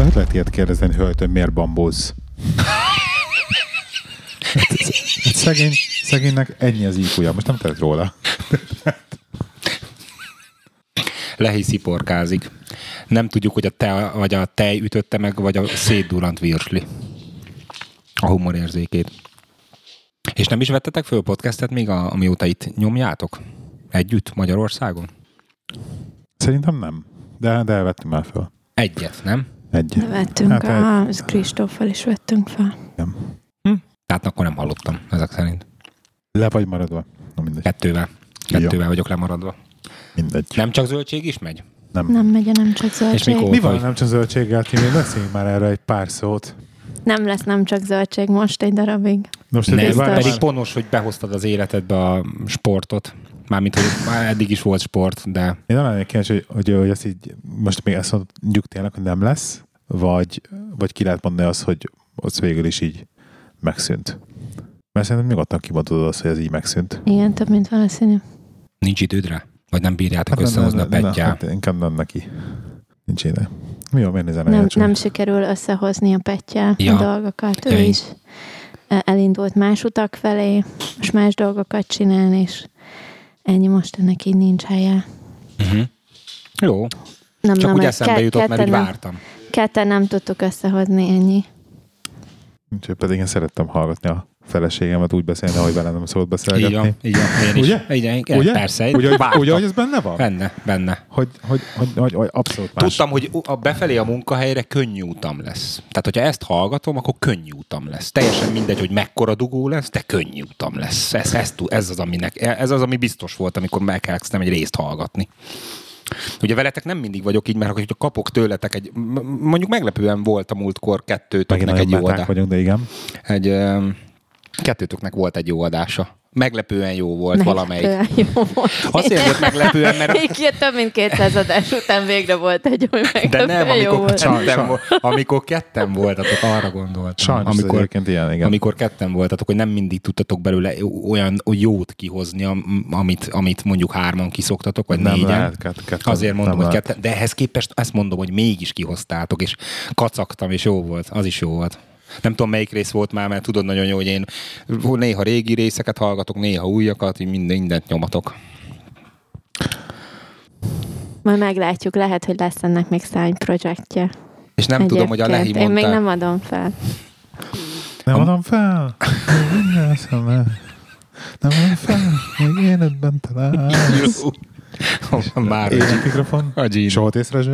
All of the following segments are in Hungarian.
hogy lehet ilyet kérdezni, hogy miért bambóz? Szegénynek ennyi az IQ-ja, most nem tehet róla. Lehisziporkázik. Nem tudjuk, hogy vagy a tej ütötte meg, vagy a szétdurrant virsli. A humorérzékét. És nem is vettetek föl podcastet még, amióta itt nyomjátok? Együtt Magyarországon? Szerintem nem. De vettünk már föl. Egyet, nem? Egyet. Vettünk, Kristóffal is vettünk fel. Nem. Tehát akkor nem hallottam, ezek szerint. Le vagy maradva? Na mindegy. Kettővel vagyok lemaradva. Mindegy. Nem csak zöldség is megy? Nem megy, nem csak zöldség. És mi van, nem csak zöldséggel, Timi? Beszéljünk már erre egy pár szót. Nem lesz nem csak zöldség most egy darabig. Most nem, pedig ponos, hogy behoztad az életedbe a sportot. Mármint, hogy már eddig is volt sport, de... Én nem lennék kíváncsi, hogy ezt így, most még ezt mondjuk tényleg, hogy nem lesz, vagy ki lehet mondani azt, hogy az végül is így megszűnt. Mert szerintem nyugodtan kimondod azt, hogy ez így megszűnt. Igen, több mint valószínű. Nincs időd rá? Vagy nem bírjátok összehozni a pettyel? Hát inkább nem neki. Nincs ide. Mi van, miért nézel nem sikerül összehozni a pettyel a dolgokat. Ő is elindult más utak felé, most más dolgokat csinál, és ennyi, most ennek így nincs helye. Uh-huh. Jó. Csak úgy eszembe jutott, mert így vártam. Ketten nem tudtuk összehozni, ennyi. Úgyhogy pedig én szerettem hallgatni a feleségemet úgy beszélni, ahogy velem nem szólt beszélgetni. Így van, én is. Ugye? Igen, persze. Ugye, hogy ez benne van? Benne. Hogy abszolút más. Tudtam, hogy befelé a munkahelyre könnyű utam lesz. Tehát, hogyha ezt hallgatom, akkor könnyű utam lesz. Teljesen mindegy, hogy mekkora dugó lesz, de könnyű utam lesz. Ez az, ami biztos volt, amikor elkezdtem egy részt hallgatni. Ugye veletek nem mindig vagyok így, mert hogyha kapok tőletek mondjuk meglepően volt a múltkor kettőtöknek egy jó adása. Vagyunk, de igen. Kettőtöknek volt egy jó adása. Meglepően jó volt valamelyik. Jó volt. Azért volt meglepően, mert... Több mint 200 adás után végre volt egy olyan meglepően. De nem, amikor ketten voltatok, arra gondoltam. Sajnos egyébként ilyen, igen. Amikor ketten voltatok, hogy nem mindig tudtatok belőle olyan jót kihozni, amit mondjuk 3-an kiszoktatok, vagy 4-en. Lehet, azért mondom, hogy ketten. De ehhez képest ezt mondom, hogy mégis kihoztátok, és kacagtam, és jó volt. Az is jó volt. Nem tudom, melyik rész volt már, mert tudod nagyon jó, hogy én néha régi részeket hallgatok, néha újakat, így mindent nyomatok. Majd meglátjuk, lehet, hogy lesz ennek még szárnyprojektje. És nem tudom, hogy a Lehi mondta... Én még nem adom fel. Nem adom fel? Nem adom fel? Még életben találsz. Már Égyik mikrofon? Soltész Rezső?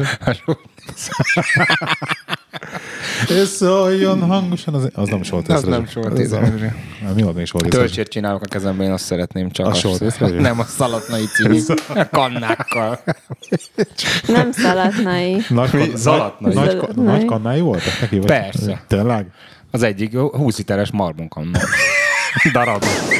És szóljon hangosan, az nem Soltész Rezső. Az nem Soltész Rezső. Mi volt még Soltész Rezső? Töltsért csinálok a kezemben, én azt szeretném csak. A Soltész Rezső? Nem, a Szalatnai című kannákkal. Nem Szalatnai. Zalatnai. Nagy kannái voltak neki? Persze. Tényleg? Az egyik 20 literes marbonkanna. Darab.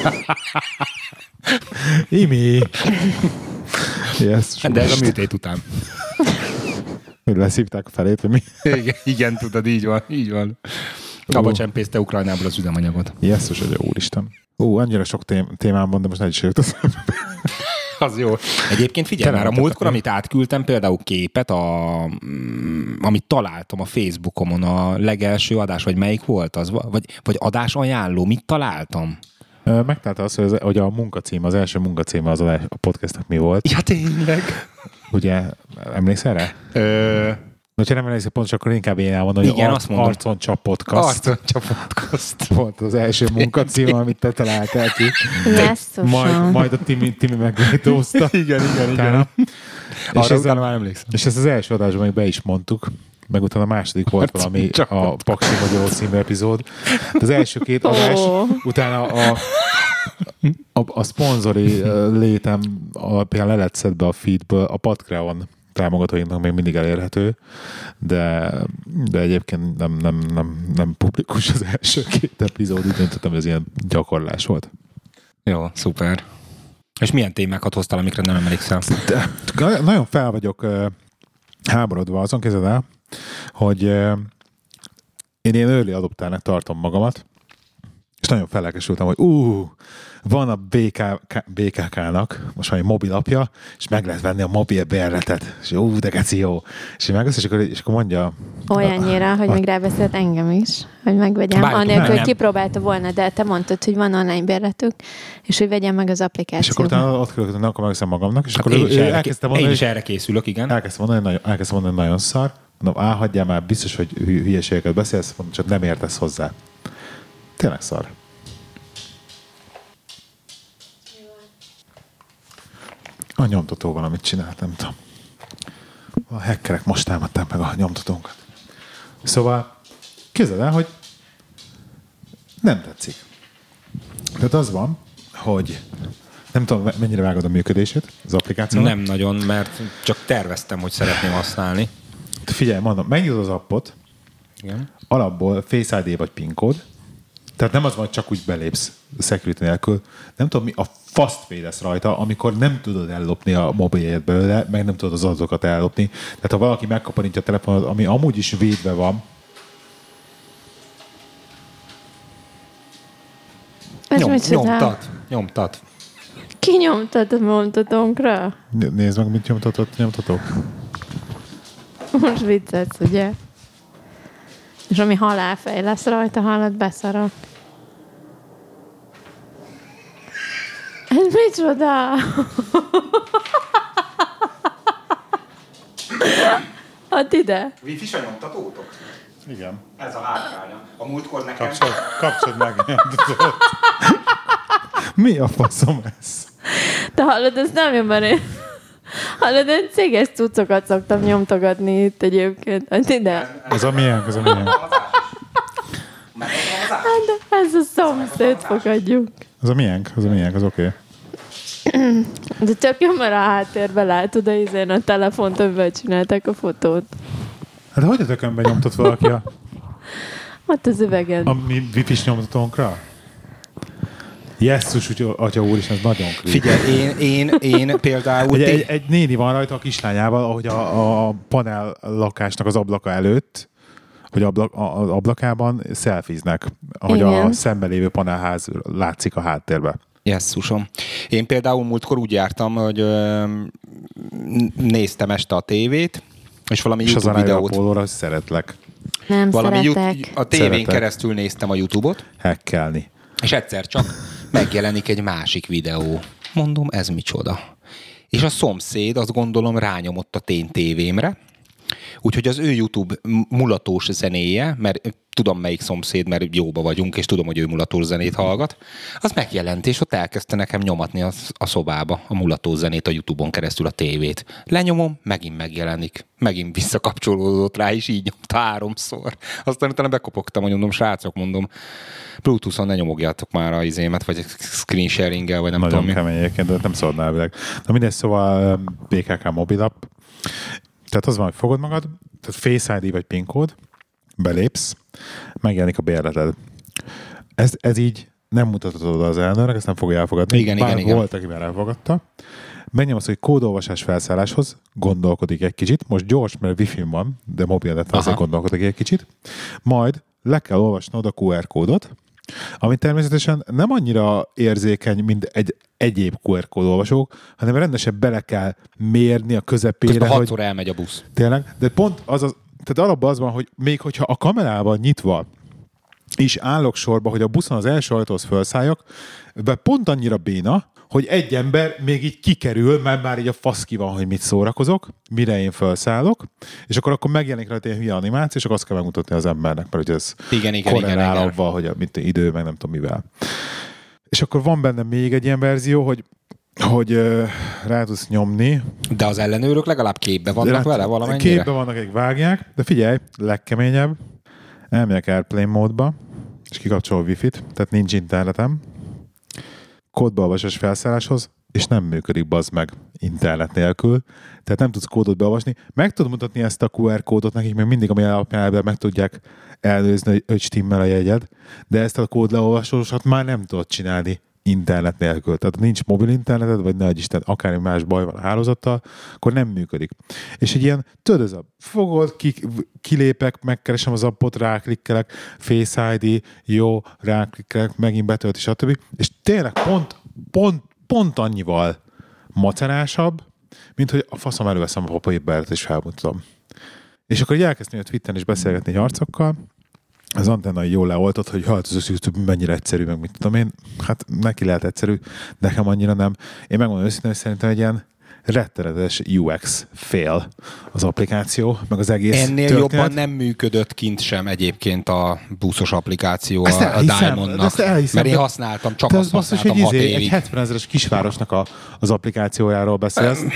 Imi. Yes, de ez a műtét után. Hogy leszívták a felét, vagy mi? Igen, tudod, így van. Abba csempészte Ukrajnából az üzemanyagot. Jesszus, hogy úristen. Annyira sok témám van, de most ne is jött az. Az jó. Egyébként figyelj már, a múltkor, amit átküldtem, például képet, amit találtam a Facebookomon, a legelső adás, vagy melyik volt az? Vagy adás ajánló, mit találtam? Megtalálta azt, hogy a munkacím, az első munkacíme az a podcastnak mi volt. Ja, tényleg. Ugye, emlékszel rá? Ha nem emlékszel pontosan, akkor inkább én elmondom, hogy Arcon Csap Podcast. Arcon Csap Podcast. Volt az első munkacím, amit te találtál ki. Majd a Timi megvétózta. Igen. Arra utána már emlékszem. És ezt az első adásban még be is mondtuk. Meg utána a második volt valami a Paksi Magyaró című epizód. De az első 2 adás, utána a szponzori létem alapján le lett szedve a feedből, a Patreon támogatóinknak még mindig elérhető, de egyébként nem publikus az első 2 epizód, úgy döntöttem, hogy ez ilyen gyakorlás volt. Jó, szuper. És milyen témákat hoztál, amikre nem emlékszem? Nagyon fel vagyok háborodva azon, kezded el, hogy én early adoptálnak tartom magamat, És nagyon fellelkesültem, hogy van a BKK-nak most már egy mobilapja, és meg lehet venni a mobil bérletet. És de geci jó. És megvesz, és akkor mondja... Olyannyira, hogy még rábeszélt engem is, hogy megvegyem. Anélkül, hogy kipróbálta volna, de te mondtad, hogy van online bérletük, és hogy vegyem meg az applikációt. És akkor utána ott küldök, hogy akkor megveszem magamnak, és akkor én is erre készülök, igen. Elkezdtem mondani, hogy nagyon szar. Mondom, hagyjál már, biztos, hogy hülyeségeket beszélsz, mondom, csak nem értesz hozzá. Tényleg szar. A nyomtató valamit csinált, nem tudom. A hackerek most támadták meg a nyomtatónkat. Szóval képzeld el, hogy nem tetszik. Tehát az van, hogy nem tudom, mennyire vágod a működését az applikációnak. Nem nagyon, mert csak terveztem, hogy szeretném használni. Figyelj, mondom, megnyitod az appot, igen. Alapból Face ID vagy PIN kód, tehát nem az van, hogy csak úgy belépsz security nélkül. Nem tudom, mi a faszt védesz rajta, amikor nem tudod ellopni a mobiljét belőle, meg nem tudod az adatokat ellopni. Tehát ha valaki megkaparintja a telefonod, ami amúgy is védve van, Nyomtat. Ki nyomtat a nyomtatónkra? Nézd meg, mit nyomtató. Most viccelsz, ugye? És ami halálfej lesz rajta, hallod, beszarok. Ez micsoda? Add ide. Wi-Fi-s a nyomtatótok? Igen. Ez a hátránya. A múltkor nekem... Kapcsold meg. Mi a faszom ez? Te hallod, ez nem jön benne. Hallod, én céges cuccokat szoktam nyomtogatni itt egyébként. Add ide. Ez a miénk. Ez a szomszéd, fogadjuk. Ez a miénk, az oké. De csak jön már a háttérbe, látod, de a telefont, amivel csinálták a fotót. Hát hogy a tökönben nyomtott valaki a... Ott az üvegen. A mi Wi-Fi-s nyomtatónkra? Jesszus, atya úr is, ez nagyon krít. Figyelj, én például... Egy néni van rajta a kislányával, ahogy a panel lakásnak az ablaka előtt, hogy az ablakában szelfiznek, ahogy a szemben lévő panelház látszik a háttérben. Jesszusom. Én például múltkor úgy jártam, hogy néztem este a tévét, és valami YouTube videót. És az a szeretlek. Nem szeretek. A tévén keresztül néztem a YouTube-ot. Hackelni. És egyszer csak megjelenik egy másik videó. Mondom, ez micsoda. És a szomszéd, azt gondolom, rányomott a én tévémre, úgyhogy az ő YouTube mulatós zenéje, mert tudom melyik szomszéd, mert jóba vagyunk, és tudom, hogy ő mulatós zenét hallgat, az megjelent, és ott elkezdte nekem nyomatni a szobába a mulatós zenét a YouTube-on keresztül a tévét. Lenyomom, megint megjelenik. Megint visszakapcsolódott rá, és így nyomta 3-szor. Aztán utána bekopogtam, hogy mondom, srácok, mondom, Bluetooth-on ne nyomogjátok már a izémet, vagy screen sharing-el, vagy nem nagyon tudom mi. Nagyon kemény egyébként, de nem szabad elvileg. Na mindegy, szóval BKK mobilapp. Tehát az van, hogy fogod magad, tehát Face ID vagy PIN kód, belépsz, megjelenik a bérleted. Ez így nem mutatod az elnőrnek, ezt nem fogja elfogadni. Igen. Volt, aki már elfogadta. Megnyomsz, hogy kódolvasás felszálláshoz, gondolkodik egy kicsit. Most gyors, mert Wi-Fi van, de mobiledet azért gondolkodik egy kicsit. Majd le kell olvasnod a QR kódot, ami természetesen nem annyira érzékeny, mint egy egyéb QR kódolvasók, hanem rendesen bele kell mérni a közepére. Közben 6-szor elmegy a busz. Tényleg, de pont tehát alapban az van, hogy még hogyha a kamerával nyitva és állok sorba, hogy a buszon az első ajtóhoz felszálljak, de pont annyira béna, hogy egy ember még így kikerül, mert már így a fasz ki van, hogy mit szórakozok, mire én felszállok, és akkor megjelenik rajta egy hülye animáció, és akkor azt kell megmutatni az embernek, mert hogy ez korrelál avval, hogy mit idő, meg nem tudom mivel. És akkor van benne még egy ilyen verzió, hogy rá tudsz nyomni. De az ellenőrök legalább képben vannak vele valamennyire? Képben vannak, akik vágják, de figyelj, legkeményebb, elmegyek Airplane módba, és kikapcsol Wi-Fi-t, tehát nincs internetem, kódbeolvasás felszálláshoz, és nem működik, bazd meg, internet nélkül. Tehát nem tudsz kódot beolvasni. Meg tudod mutatni ezt a QR kódot nekik, még mindig, ami alapján meg tudják elnőzni, hogy stimmel a jegyed, de ezt a kódleolvasósat már nem tudod csinálni. internet nélkül. Tehát nincs mobil interneted, vagy ne adj Isten, akármi más baj van a hálózattal, akkor nem működik. És egy ilyen, tudod, ez a fogod, kilépek, megkeresem az appot, ráklikkelek, Face ID, jó, ráklikkelek, megint betölti, stb. És tényleg pont annyival macerásabb, mint hogy a faszom előveszem a papírbárt és felmutatom. És akkor így elkezdtem a Twitteren is beszélgetni egy arcokkal, az antennai jól leoltott, hogy hát az YouTube mennyire egyszerű, meg mit tudom én. Hát neki lehet egyszerű, nekem annyira nem. Én megmondom őszintén, hogy szerintem egy ilyen rettenetes UX fail az applikáció, meg az egész ennél történet. Jobban nem működött kint sem egyébként a buszos applikáció, a Diamondnak. Mert én használtam, csak azt használtam 6 évig. Egy 70 000-es kisvárosnak az applikációjáról beszélsz,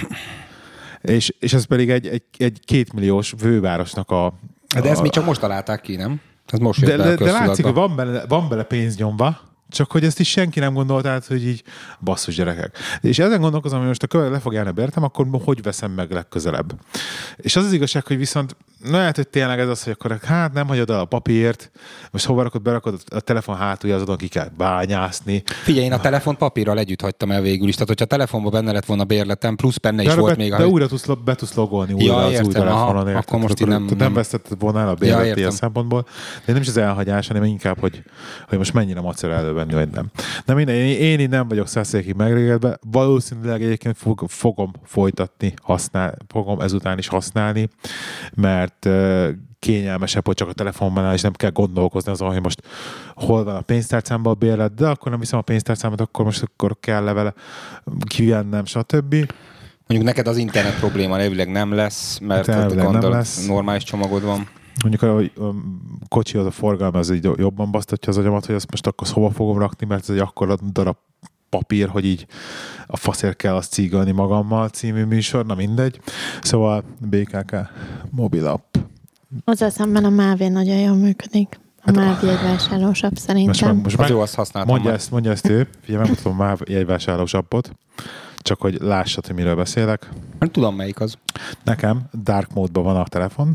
és ez pedig egy 2 milliós vővárosnak De ezt még csak most találták ki, nem? Ez most jött de látszik, hogy van bele pénz nyomva, csak hogy ezt is senki nem gondolt át, hogy így basszus gyerekek. És ezen gondolkozom, hogy most le fog járni a bértem, akkor hogy veszem meg legközelebb. És az igazság, hogy viszont lehet, hogy tényleg ez az, hogy akkor hát nem hagyod el a papírt, most hova rakod, berakod a telefon hátulja, azon ki kell bányászni. Figyelj, én a telefont papírral együtt hagytam el végül is, tehát hogyha a telefonban benne lett volna bérletem, plusz benne is volt még. De újra be tudsz logolni újra az új telefonon. Akkor most nem vesztetted volna el a bérlet ilyen szempontból. De nem is az elhagyás, hanem inkább, hogy most mennyire macera elővenni, vagy nem. De minden, én így nem vagyok 100%-ig megrégedve. Valószínűleg egyébként fogom folytatni, fogom ezután is használni, mert kényelmesebb, hogy csak a telefonban áll, és nem kell gondolkozni azon, hogy most hol van a pénztárcámban a bérlet, de akkor nem viszem a pénztárcámat, akkor kell vele kivennem, stb. Mondjuk neked az internet probléma elvileg nem lesz, mert gondolod, normális csomagod van. Mondjuk a kocsi, az a forgalma, az így jobban basztatja az agyamat, hogy azt most akkor hova fogom rakni, mert ez egy akkora darab papír, hogy így a faszért kell azt cígölni magammal című műsor, na mindegy. Szóval BKK mobil app. Hozzá szemben a Mávé nagyon jól működik. A MÁV jegyvásárlós app szerintem. Most az jó, azt használtam. Mondja ezt ő. Figyelj, megmutatom a MÁV jegyvásárlós appot, csak hogy lássad, hogy miről beszélek. Nem tudom, melyik az. Nekem dark módban van a telefon.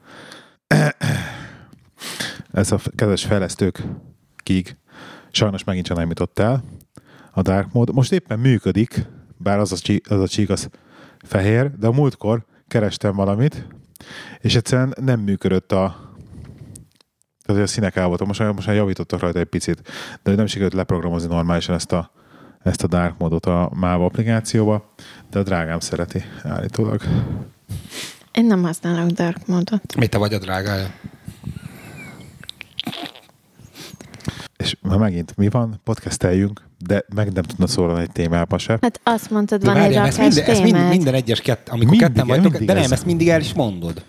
Ez a kedves fejlesztők kig. Sajnos megint csak nem jutott el a dark mód. Most éppen működik, bár az a csík az fehér, de a múltkor kerestem valamit, és egyszerűen nem működött tehát a színek el voltak. Most már javítottak rajta egy picit, de nem sikerült leprogramozni normálisan ezt a dark módot a MÁV applikációba, de a drágám szereti állítólag. Én nem használok dark módot. Mi te vagy a drágája? És már megint mi van? Podcasteljünk, de meg nem tudna szólani egy témában se. Hát azt mondtad, van egy rakás témád. Minden egyes amikor ketten vagytok, de nem, ezt mindig el is mondod.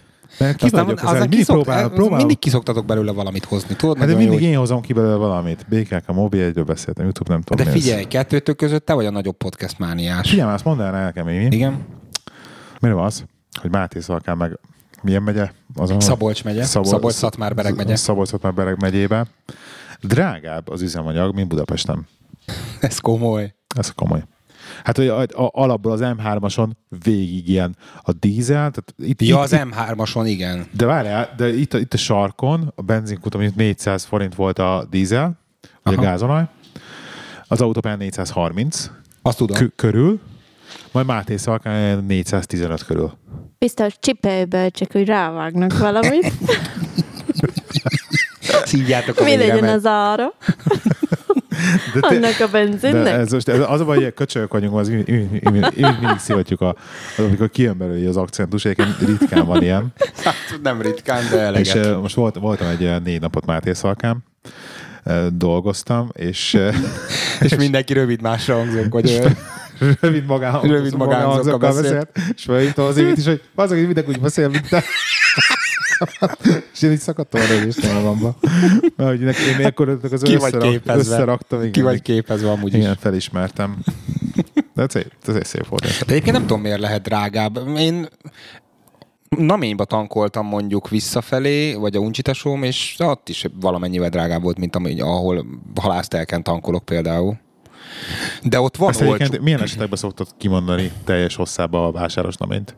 Mindig kiszoktatok belőle valamit hozni. Tudod, de mindig én hozom ki belőle valamit. BKK mobil egyről beszéltem, YouTube nem tudom. De figyelj, kettőtök között te vagy a nagyobb podcast mániás. Figyelj, azt mondd el nekem, mi? Igen. Mire van az, hogy Máté Szalkán meg milyen megye? Szabolcs megye. Szabolcs-Szatmár-Bereg megye. Szabolcs-Szatmár-Bereg megyében. Drágább az üzemanyag, mint Budapesten. Ez komoly. Ez komoly. Hát, hogy alapból az M3-ason végig ilyen a dízel. Tehát az M3-ason, igen. De várjál, de itt a sarkon, a benzinkuton mondjuk 400 forint volt a dízel, vagy a gázolaj. Az autópályán 430. Azt tudom. Körül. Majd Máté Szalkán 415 körül. Biztos csipelőből csak úgy rávágnak valamit. Szívjátok a mi legyen az ára? Annak a benzinnek? Az a baj, hogy köcsögök vagyunk, az mindig szivatjuk, amikor kijön belőle az akcentus, egyébként ritkán van ilyen. Hát nem ritkán, de eleget. És most voltam egy 4 napot Máté Szalkán, dolgoztam, és mindenki rövid másra hangzók, hogy rövid magánhangzókkal beszélt, és felhívtam az évét is, hogy azok, hogy mindenki úgy beszél, mint te. És én így szakadtam a rögéstem magamba. Mert én akkor az összeraktam. Igen, ki vagy képezve amúgy is. Igen, felismertem. De ez egy szép volt. De egyébként nem tudom, miért lehet drágább. Én Naményba tankoltam mondjuk visszafelé, vagy a Uncsitesóm, és ott is valamennyivel drágább volt, mint ahol halásztelken tankolok például. De ott van olcsó. Milyen esetekben szoktad kimondani teljes hosszába a vásáros naményt?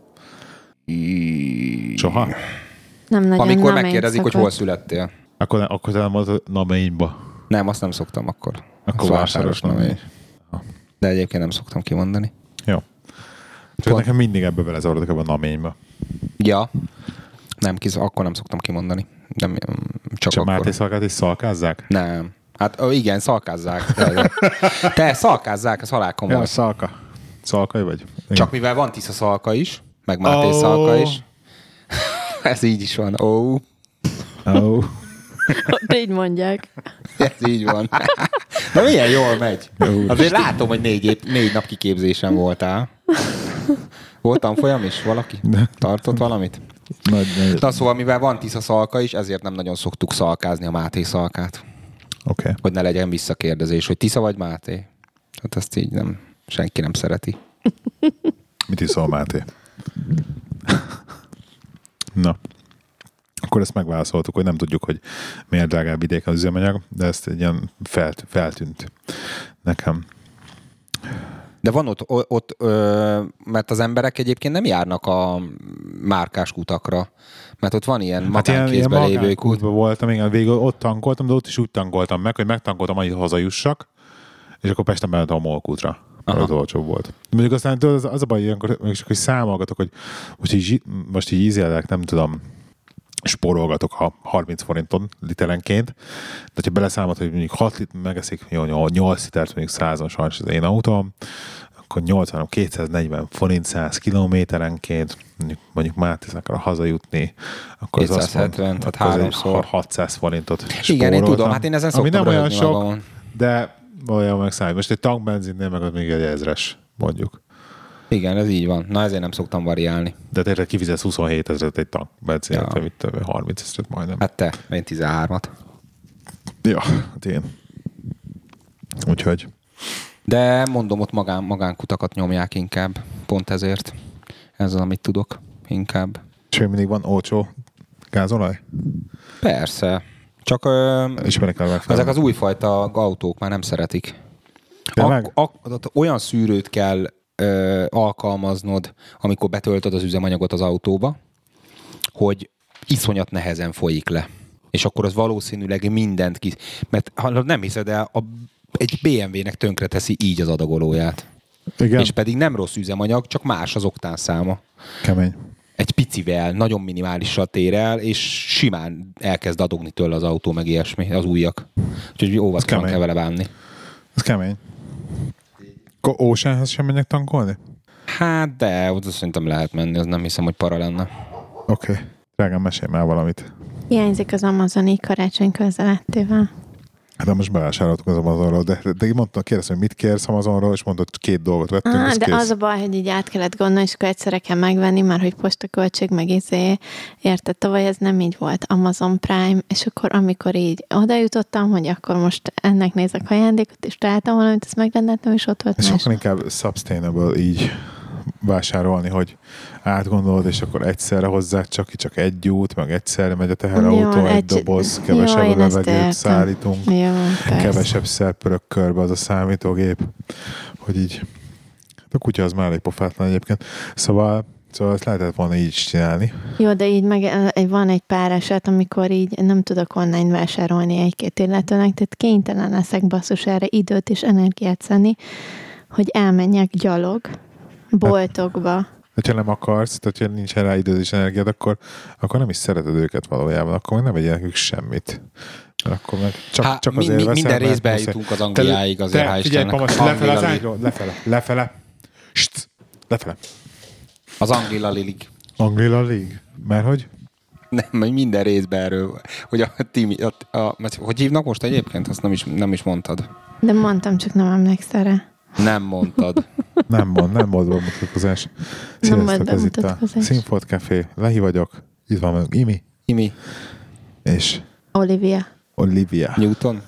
Soha? Nem nagyon. Amikor megkérdezik, hogy hol születtél. Akkor nem mondod naményba. Nem, azt nem szoktam akkor. Akkor vásáros namény. De egyébként nem szoktam kimondani. Jó. Csak nekem mindig ebbe belezavarodok ebbe a naménybe. Ja. Nem, akkor nem szoktam kimondani. Nem, csak akkor. Máté Szalkát is szalkázzák? Nem. Hát igen, szalkázzák. Te szalkázzák, ez halál komoly. Ja, Szalka. Szalkai vagy? Igen. Csak mivel van Tisza Szalka is, meg Máté Szalka is. Ez így is van. De így mondják. Ez így van. Na milyen jól megy. Azért látom, hogy 4 nap kiképzésen voltál. Voltam folyam is? Valaki? Tartott valamit? Na szóval, mivel van Tisza Szalka is, ezért nem nagyon szoktuk szalkázni a Máté Szalkát. Okay. Hogy ne legyen visszakérdezés, hogy Tisza vagy Máté. Hát ezt így senki nem szereti. Mit iszol, Máté? Na. Akkor ezt megválaszoltuk, hogy nem tudjuk, hogy miért drágább vidéken az üzemanyag, de ezt egy ilyen feltűnt nekem. De van ott mert az emberek egyébként nem járnak a márkás kutakra, mert ott van ilyen magánkézben lévő kút. Voltam, igen, végül ott tankoltam, de ott is úgy tankoltam meg, hogy megtankoltam annyit, hazajussak, és akkor Pesten bementem a MOL kútra. Az olcsóbb volt. Mondjuk aztán az a baj, ilyenkor, hogy számolgatok, hogy most így ízélek, nem tudom, spórolgatok a 30 forinton literenként, de ha beleszámolt, hogy mondjuk 6 liter megeszik, 8 litert mondjuk 100-on sajnos az én autóm, akkor 240 forint 100 kilométerenként, mondjuk Mátész akar hazajutni, akkor 270, tehát 3-szor 600 forintot spóroltam. Igen, én tudom, hát én ezen szoktam nem olyan sok, magamon. De valójában megszállít. Most egy tankbenzinnél meg az még egy 1000-es, mondjuk. Igen, ez így van. Na ezért nem szoktam variálni. De tényleg kifizetsz 27 000 egy tankbenzinért, ja. Mit 30 000 majdnem. Hát te, én 13-at. Ja, hát én. Úgyhogy. De mondom, ott magánkutakat nyomják inkább. Pont ezért. Ez az, amit tudok inkább. És még mindig van olcsó gázolaj? Persze. Csak ezek az újfajta autók már nem szeretik. Olyan szűrőt kell alkalmaznod, amikor betöltöd az üzemanyagot az autóba, hogy iszonyat nehezen folyik le. És akkor az valószínűleg mindent mert ha nem hiszed el, egy BMW-nek tönkreteszi így az adagolóját. Igen. És pedig nem rossz üzemanyag, csak más az oktánszáma. Kemény. Egy picivel, nagyon minimálisra tér el, és simán elkezd adogni tőle az autó, meg ilyesmi, az újak. Úgyhogy óvatosan kell vele bánni. Ez kemény. Oceanhez sem menjek tankolni? Hát de, oda szerintem lehet menni, az nem hiszem, hogy para lenne. Oké. Drágám, mesélj már valamit. Hiányzik az Amazoni karácsony közelettével. Hát most bevásároltuk az Amazonról, de kérdeztem, hogy mit kérsz Amazonról, és mondod, 2 dolgot vettünk, de kész. Az a baj, hogy így át kellett gondolni, és akkor egyszerre kell megvenni, már hogy postaköltség, meg érted, tavaly ez nem így volt, Amazon Prime, és akkor amikor így oda jutottam, hogy akkor most ennek nézek ajándékot, és találtam valamit, ezt megrendeltem, és ott volt más. Sokkal inkább sustainable így vásárolni, hogy átgondolod, és akkor egyszerre hozzá csak egy út, meg egyszerre megy a teherautó, egy doboz, kevesebb levegőt szállítunk, kevesebb szer pörög körbe az a számítógép, hogy így a kutya az már egy pofátlan egyébként. Szóval ezt lehetett volna így is csinálni. Jó, de így van egy pár eset, amikor így nem tudok online vásárolni egy-két illetőnek, tehát kénytelen leszek basszus erre időt és energiát szenni, hogy elmenjek gyalog boltokba. Ha nem akarsz, tehát nincs rá időd és energiád, akkor nem is szereted őket valójában, akkor meg nem vegyél nekük semmit. Mert akkor meg csak azért veszel. Minden részben eljutunk az Angliáig, azért hál' Istennek. Lefele az ágyról, lefele. Lefele. Az Anglila League. Anglila League? Mert hogy? Nem, minden részben erről. Hogy hogy hívnak most egyébként? Azt nem is mondtad. De mondtam, csak nem emlékszel rá. Nem mondtad. Nem volt bemutatkozás. Sziasztok, ez itt a Színfolt Café. Lehi vagyok. Itt van velünk Imi. És Olivia. Newton.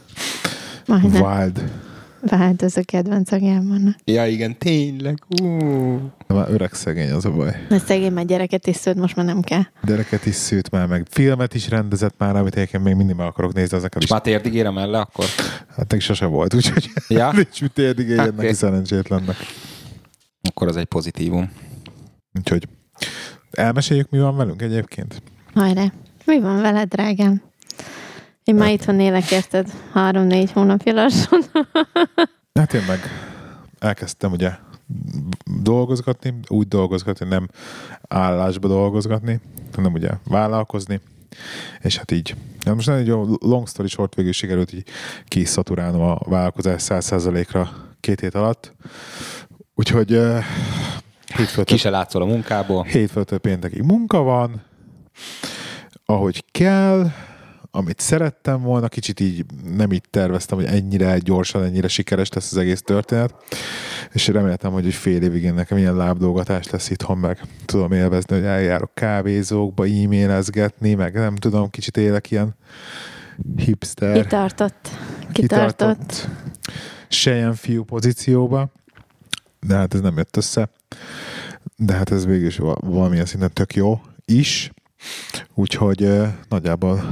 Wild, ez a kedvenc agjában. Ja, igen, tényleg. De már öreg szegény, az a baj. Na szegény már gyereket is szült, most már nem kell. Gyereket is szült már, meg filmet is rendezett már, amit egyébként még mindig meg akarok nézni. És már térdigére mellé akkor? Hát neki sose volt, úgyhogy nincs mit térdigérjen neki szerencsétlennek. Akkor az egy pozitívum. Úgyhogy elmeséljük, mi van velünk egyébként? Hajrá. Mi van veled, drágám? Én már itthon élek, érted? 3-4 hónapja lassan. Hát én meg elkezdtem ugye dolgozgatni, úgy dolgozgatni, nem állásba dolgozgatni, hanem ugye vállalkozni, és hát így. De most egy long story short, végül sikerült így kiszaturálnom a vállalkozás 100%-ra 2 hét alatt. Úgyhogy ki se látszol a munkából. Hétfőtől péntekig munka van, ahogy kell, amit szerettem volna, kicsit így nem így terveztem, hogy ennyire gyorsan, ennyire sikeres lesz az egész történet, és reméltem, hogy fél évig én nekem ilyen lábdolgatás lesz itthon, meg tudom élvezni, hogy eljárok kávézókba, e-mailezgetni, meg nem tudom, kicsit élek ilyen hipster. Kitartott. Sejjenfiú pozícióba, de hát ez nem jött össze. De hát ez végül is valamilyen szinten tök jó is, úgyhogy nagyjából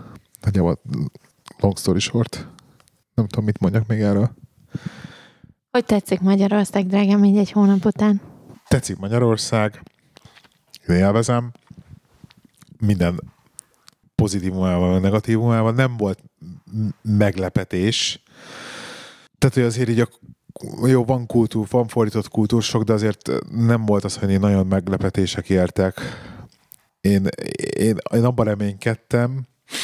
long story short. Nem tudom, mit mondjak még erről. Hogy tetszik Magyarország, drágám, így egy hónap után? Tetszik Magyarország. Én élvezem. Minden pozitívumával, negatívumával. Nem volt meglepetés. Tehát, hogy azért így jó, van fordított kultúrsok, de azért nem volt az, hogy nagyon meglepetések értek. Én abban reménykedtem,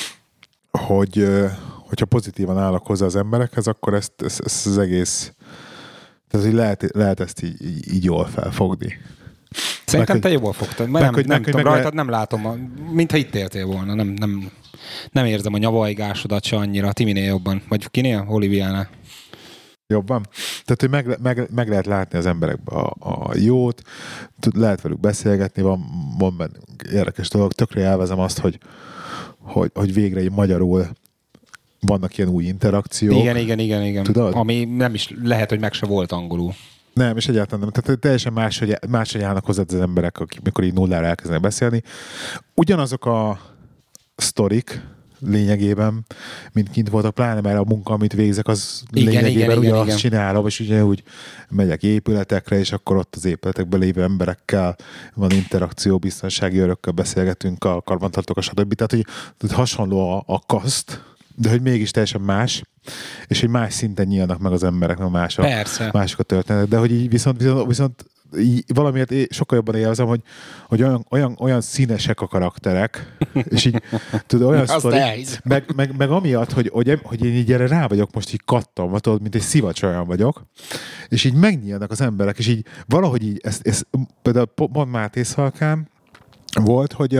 hogyha pozitívan állok hozzá az emberekhez, akkor ezt az egész, tehát hogy lehet ezt így jól felfogni. Szerintem te jól fogtad. Nem tudom, rajtad nem látom, mintha itt értél volna. Nem érzem a nyavajgásodat se annyira. Timinél jobban. Vagy kinél? Oliviánál? Jobban? Tehát, hogy meg lehet látni az emberekben a jót, lehet velük beszélgetni, van benne érdekes dolog. Tökre élvezem azt, hogy végre így magyarul vannak ilyen új interakciók. Igen. Tudod? Ami nem is lehet, hogy meg se volt angolul. Nem, és egyáltalán nem. Tehát teljesen máshogy állnak hozzá az emberek, mikor így nullára elkezdenek beszélni. Ugyanazok a sztorik lényegében, mint kint voltak, pláne mert a munka, amit végzek, az lényegében ugyanazt csinálom, és ugyanúgy megyek épületekre, és akkor ott az épületekben lévő emberekkel van interakció, biztonsági őrökkel beszélgetünk, a karbantartókkal, stb. Tehát, hogy hasonló a kaszt, de hogy mégis teljesen más, és hogy más szinten nyílnak meg az emberek, meg mások a történetek, de hogy így viszont így valamiért sokkal jobban élvezem, hogy olyan színesek a karakterek, és így tudod, olyan sztori, meg amiatt, hogy én így erre rá vagyok most így kattanva, tudod, mint egy szivacs olyan vagyok, és így megnyílnak az emberek, és így valahogy így, ez például pont Máté Szalkán volt, hogy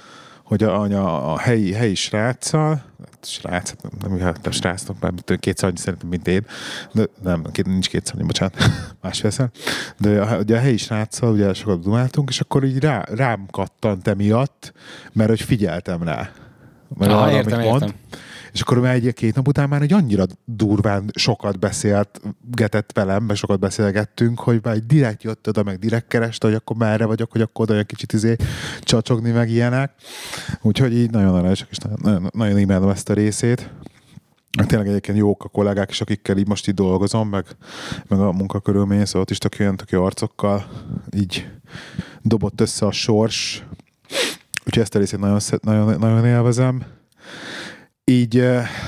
a helyi sráccal, nem srácnak, mert kétszer annyi szerintem, mint én, de nem, nincs kétszer annyi, bocsánat, másfélszer, de a helyi sráccal ugye sokat dumáltunk, és akkor így rám kattant emiatt, mert hogy figyeltem rá. Értem. És akkor már egy-két nap után már egy annyira durván sokat beszélgetett velem, mert sokat beszélgettünk, hogy már direkt jött oda, meg direkt kereste, hogy akkor merre vagyok, hogy akkor oda olyan kicsit csacsogni, meg ilyenek. Úgyhogy így nagyon aranyosak, és nagyon imádom ezt a részét. Tényleg egyébként jók a kollégák is, akikkel így most így dolgozom, meg a munkakörülmény, szóval ott is tök jó arcokkal így dobott össze a sors. Úgyhogy ezt a részét nagyon élvezem. Így,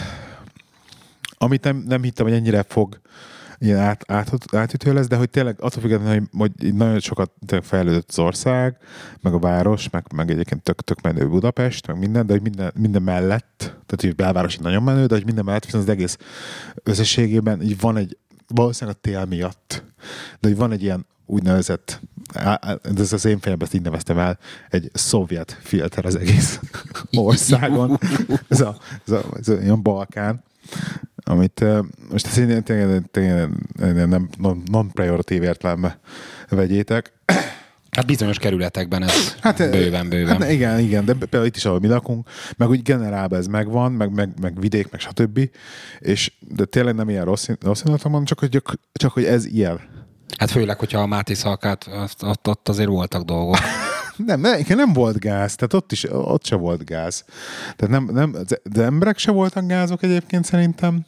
amit nem hittem, hogy ennyire fog ilyen átütő lesz, de hogy tényleg attól függetlenül, hogy nagyon sokat fejlődött az ország, meg a város, meg egyébként tök menő Budapest, meg minden, de hogy minden mellett, tehát hogy belváros így nagyon menő, de hogy minden mellett viszont az egész összességében így van egy, valószínűleg a tél miatt, de hogy van egy ilyen úgynevezett, ez az én fejemben ezt így neveztem el, egy szovjet filter az egész országon. Ez ilyen Balkán, amit most ezt tényleg nem non-prioritatív értelemben vegyétek. Hát bizonyos kerületekben ez bőven. Hát igen, de például itt is, ahol mi lakunk, meg úgy generálban ez megvan, meg vidék, meg stb. De tényleg nem ilyen rossz indulatom van, csak hogy ez ilyen. Hát főleg, hogyha a Máté Szalkát, ott azért voltak dolgok. Nem volt gáz, tehát ott se volt gáz. Tehát de emberek se voltak gázok egyébként szerintem.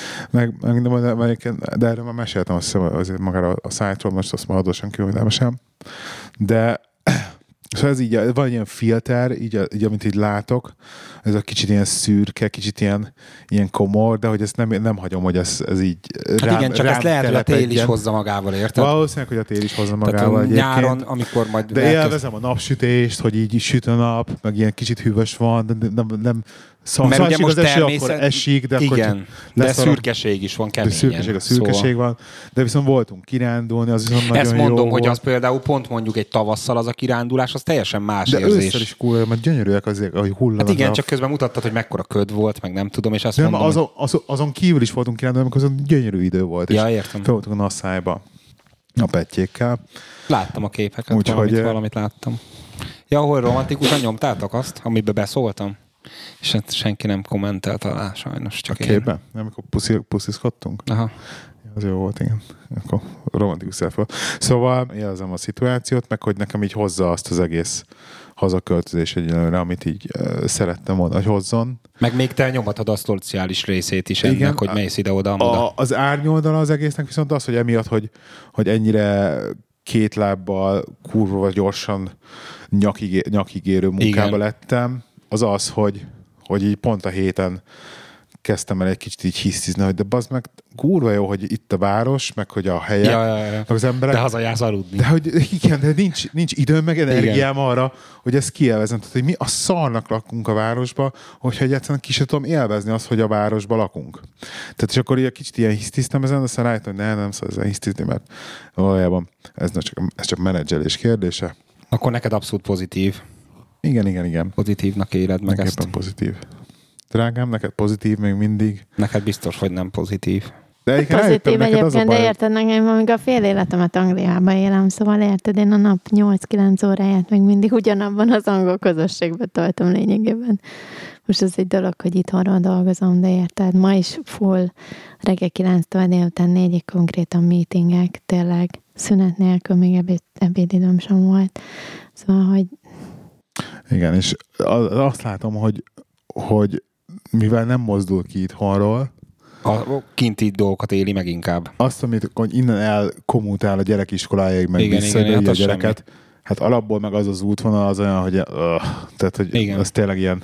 De erről már meséltem azért magára a szájtról, most azt már adósan kívül, de Szóval ez így, van ilyen filter, így amit így látok, ez a kicsit ilyen szürke, kicsit ilyen komor, de hogy ezt nem hagyom, hogy ez így hát igen, csak ezt lehet, hogy a tél is hozza magával, érted? Valószínűleg, hogy a tél is hozza magával egyébként. Nyáron, amikor majd... De élvezem a napsütést, hogy így süt a nap, meg ilyen kicsit hűvös van, de nem mert ugye most akkor esik, de igen, akkor... De szürkeség is van keményen. Szürkeség van, de viszont voltunk kirándulni, az viszont nagyon ezt jó mondom, hogy volt. az például pont mondjuk egy tavasszal az a kirándulás, az teljesen más de érzés. De ősszel is cool, mert gyönyörűek azért, ahogy hullanak. Hát igen, csak közben mutattad, hogy mekkora köd volt, meg nem tudom, és azt mondom, azon kívül is voltunk kirándulni, amikor azon gyönyörű idő volt. Ja, értem. Fel voltunk a Nasszájba a pettyékkel. Láttam a képeket, valamit láttam. Ja, hol romantikusan nyomtátok azt, amiben beszóltam? És hát senki nem kommentelt alá, sajnos. Csak a képben? Nem, amikor puszizkodtunk? Aha. Az jó volt, igen. Akkor romantikus szelf volt. Szóval élvezem a szituációt, meg hogy nekem így hozza azt az egész hazaköltözés egyelőre, amit így szerettem volna, hogy hozzon. Meg még te nyomatod a szociális részét is ennek, igen, hogy mész ide-oda. Az árnyoldala az egésznek viszont az, hogy emiatt, hogy ennyire két lábbal kurva gyorsan nyakigérő munkába lettem, az, hogy így pont a héten kezdtem el egy kicsit így hisztizni, hogy de bazd meg, kurva jó, hogy itt a város, meg hogy a helyek, meg az emberek. De hazajársz aludni. De hogy igen, de nincs időm, meg energiám igen. arra, hogy ezt kielvezem. Tehát, hogy mi a szarnak lakunk a városba, hogyha egyáltalán ki sem tudom élvezni azt, hogy a városba lakunk. Tehát és akkor így kicsit ilyen hisztiztem ezen, aztán rájöttem, hogy nem szabad ezen hisztizni, mert valójában ez csak menedzselés kérdése. Akkor neked abszolút pozitív. Igen. Pozitívnak éled meg nekem ezt. Pozitív. Drágám, neked pozitív még mindig? Neked biztos, hogy nem pozitív. De pozitív egyébként, de érted nekem, amíg a fél életemet Angliában élem, szóval érted, én a nap 8-9 óráját még mindig ugyanabban az angol közösségben töltöm lényegében. Most ez egy dolog, hogy itthonról dolgozom, de érted, ma is full reggel 9-től délután 4-ig konkrétan meetingek, tényleg szünet nélkül még ebédidőm sem volt. Szóval, hogy igen, és azt látom, hogy mivel nem mozdul ki itthonról, a kinti dolgokat éli meg inkább. Azt, amit innen elkommutál a gyerekiskoláig, meg vissza a gyereket, semmi. Hát alapból meg az útvonal az olyan, hogy tehát, hogy igen. Az tényleg ilyen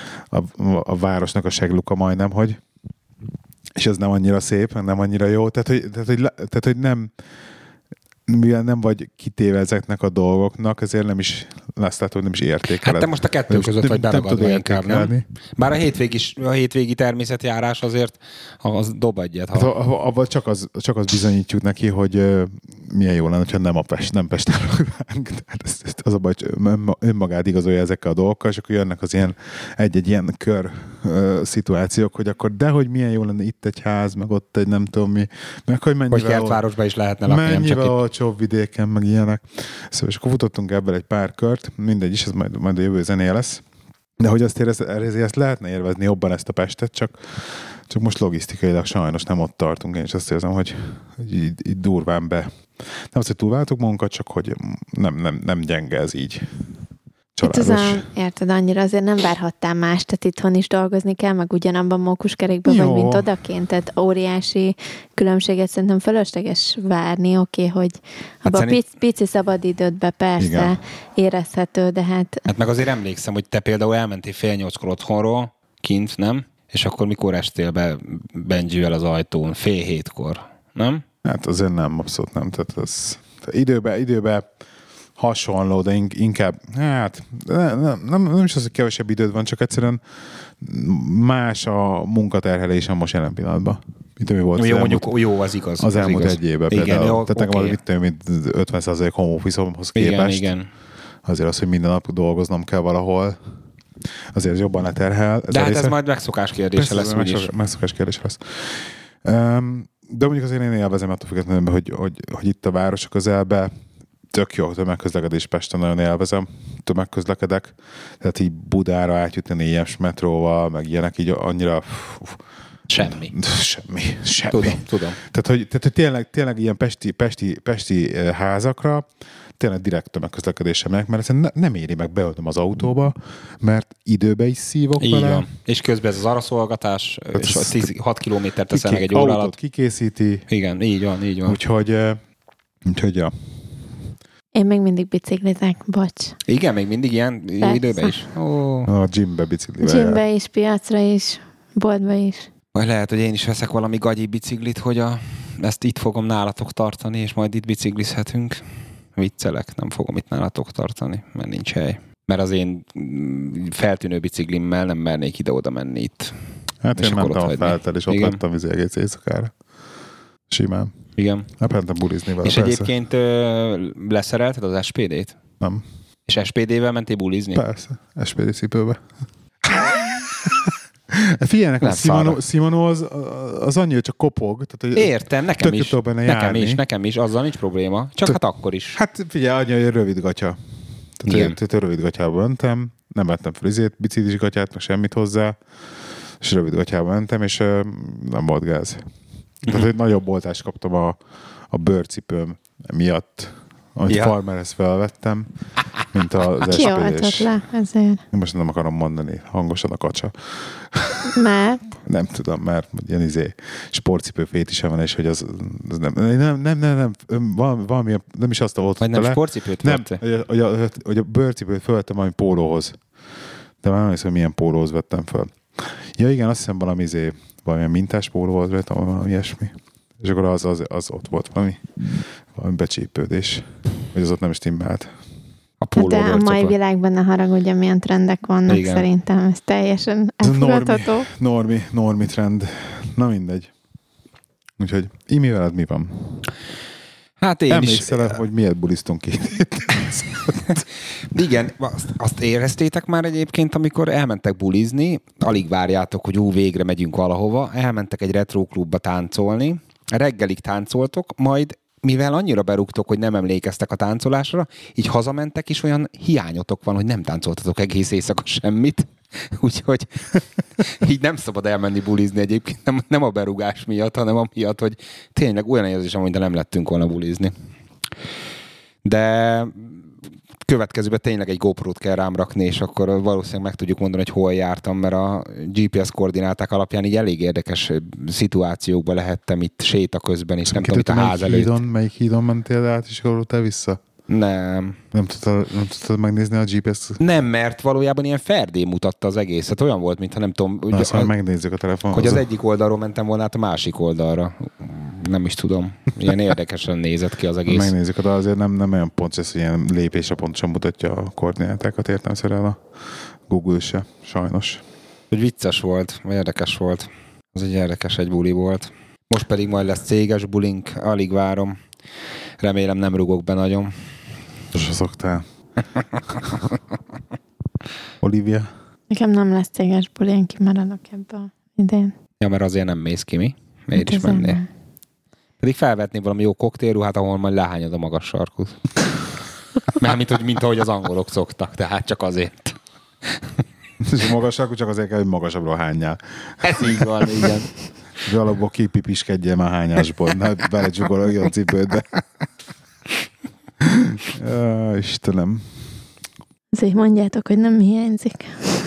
a városnak a segluka majdnem, hogy és ez nem annyira szép, nem annyira jó, tehát, hogy nem mivel nem vagy kitéve ezeknek a dolgoknak, ezért nem is azt látod, nem is értékeled. Hát te most a kettő között vagy beragadva inkább, nem? Bár a hétvégi természetjárás azért az dob egyet. Abban csak az bizonyítjuk neki, hogy milyen jó lenne, hogyha nem Pestáról ránk. Az a baj, hogy önmagát igazolja ezekkel a dolgokkal, és akkor jönnek az ilyen egy ilyen kör szituációk, hogy akkor dehogy milyen jó lenne itt egy ház, meg ott egy nem tudom mi, meg hogy mennyivel... Hogy kertvárosban is lehetne lakni, nem csak olcsóbb vidéken, meg ilyenek. Szóval és akkor futottunk ebből egy pár kört, mindegy is, ez majd a jövő zenéje lesz. De hogy azt ezt lehetne élvezni jobban ezt a Pestet, csak most logisztikailag sajnos nem ott tartunk. Én is azt érzem, hogy így durván be. Nem azt, hogy túlváltuk magunkat, csak hogy nem gyenge ez így. Családos. Érted, annyira azért nem várhattál más, tehát itthon is dolgozni kell, meg ugyanabban mókuskerékben vagy, mint odakint, tehát óriási különbséget szerintem fölösleges várni, oké, hogy abban a pici szabadidődben persze igen. Érezhető, de hát... Hát meg azért emlékszem, hogy te például elmentél 7:30 otthonról, kint, nem? És akkor mikor estél be Benjivel az ajtón? 6:30, nem? Hát azért nem, abszolút nem, tehát ez időben hasonló, de inkább, hát nem is az, hogy kevesebb időd van, csak egyszerűen más a munkaterhelésem most jelen pillanatban. Mi volt jó, mondjuk jó, az igaz. Az elmúlt egy évben például. Jó, tehát nekem az mint 50% home office-omhoz képest. Igen. Azért az, hogy minden nap dolgoznom kell valahol, azért jobban leterhel. De hát ez majd megszokás kérdése lesz. Megszokás kérdése lesz. De mondjuk azért én élvezem attól függetlenül, hogy itt a város közelben tök jó tömegközlekedés, Pesten nagyon élvezem, tömegközlekedek, tehát így Budára átjutni 4-es metróval, meg ilyenek így annyira... Semmi. Tudom. Tehát, hogy tényleg ilyen pesti házakra tényleg direkt tömegközlekedésre megyek, mert ezt nem éri meg beöltöm az autóba, mert időbe is szívok így vele. Van. És közben ez az araszolgatás, és 6 kilométert teszel meg egy óra alatt. Kikészíti. Igen, így van. Úgyhogy ja. Én még mindig biciklizek, bocs. Igen, még mindig ilyen jó időben is? A gymbe biciklivel. Gymbe is, piacra is, boltba is. Vagy lehet, hogy én is veszek valami gagyi biciklit, hogy ezt itt fogom nálatok tartani, és majd itt biciklizhetünk. Viccelek, nem fogom itt nálatok tartani, mert nincs hely. Mert az én feltűnő biciklimmel nem mernék ide-oda menni itt. Hát én mentem a feltel, és ott lettem egész éjszakára. Simán. Igen. Mentem bulizni vele. És persze. Egyébként leszerelted az SPD-t? Nem. És SPD-vel mentél bulizni? Persze, SPD cipőbe. Figyeljenek, a Shimano az annyira csak kopog. Tehát, értem, nekem is, azzal nincs probléma. Csak hát akkor is. Hát figyelj, annyira rövid gatya. Tehát rövid gatyába mentem, nem vettem fel biciklis gatyát, meg semmit hozzá, és rövid gatyába mentem, és nem volt gáz. Tehát egy nagyobb oltást kaptam a bőrcipőm miatt, amit Farmerhez felvettem, mint az SPD-s. Ki oltott le ezért? Én most nem akarom mondani hangosan a kacsa. Mert? Nem tudom, mert ilyen sportcipő fétisem van, és hogy az nem, valami, nem is azt volt. Vagy nem sportcipőt vettem? Nem, hogy a bőrcipőt felvettem valami pólóhoz. De már nem hiszem, hogy milyen pólóhoz vettem fel. Ja igen, azt hiszem valamilyen mintás póló volt rajta, valami ilyesmi. És akkor az ott volt valami becsípődés. Hogy az ott nem stimmelt. De a mai világban ne haragudj, milyen trendek vannak, igen. Szerintem ez teljesen elfogadható. Normi trend. Na mindegy. Úgyhogy Imi veled mi van? Hát én emlékszel, hogy miért buliztunk ki? Igen, azt éreztétek már egyébként, amikor elmentek bulizni, alig várjátok, hogy végre megyünk valahova, elmentek egy retro klubba táncolni, reggelig táncoltok, majd mivel annyira berúgtok, hogy nem emlékeztek a táncolásra, így hazamentek, és olyan hiányotok van, hogy nem táncoltatok egész éjszaka semmit. Úgyhogy így nem szabad elmenni bulizni egyébként, nem a berúgás miatt, hanem amiatt, hogy tényleg olyan érzésem, hogy nem lettünk volna bulizni. De következőben tényleg egy GoPro-t kell rám rakni, és akkor valószínűleg meg tudjuk mondani, hogy hol jártam, mert a GPS koordináták alapján így elég érdekes szituációkba lehettem itt séta közben, és nem tudom, itt a ház előtt. Melyik hídon mentél át, és akkor te vissza? Nem. Nem tudtad megnézni a GPS? Nem, mert valójában ilyen ferdé mutatta az egészet. Olyan volt, mintha nem tudom... megnézzük a telefonon. Hogy az egyik oldalról mentem volna át a másik oldalra. Nem is tudom. Ilyen érdekesen nézett ki az egész. Megnézzük, de azért nem olyan pontos, hogy ilyen lépésre pontosan mutatja a koordinátákat értelemszerűen a Google se, sajnos. Hogy vicces volt, érdekes volt. Az egy érdekes egy buli volt. Most pedig majd lesz céges bulink, alig várom. Remélem nem rugok be nagyon. Sose szoktál. Olivia? Nekem nem lesz céges buli, én kimaradok ebből idén. Ja, mert azért nem mész ki, mi? Miért is mennél? Pedig felvetnél valami jó koktélruhát, ahol majd lehányod a magas sarkút. Mármint, mint ahogy az angolok szoktak, tehát csak azért. És a magas sarkú csak azért kell, hogy magasabbra hányjál. Ez így van, igen. De alapból kipipiskedjél már hányásból, ne belecsugologjon a cipődbe. Istenem. Azért mondjátok, hogy nem hiányzik.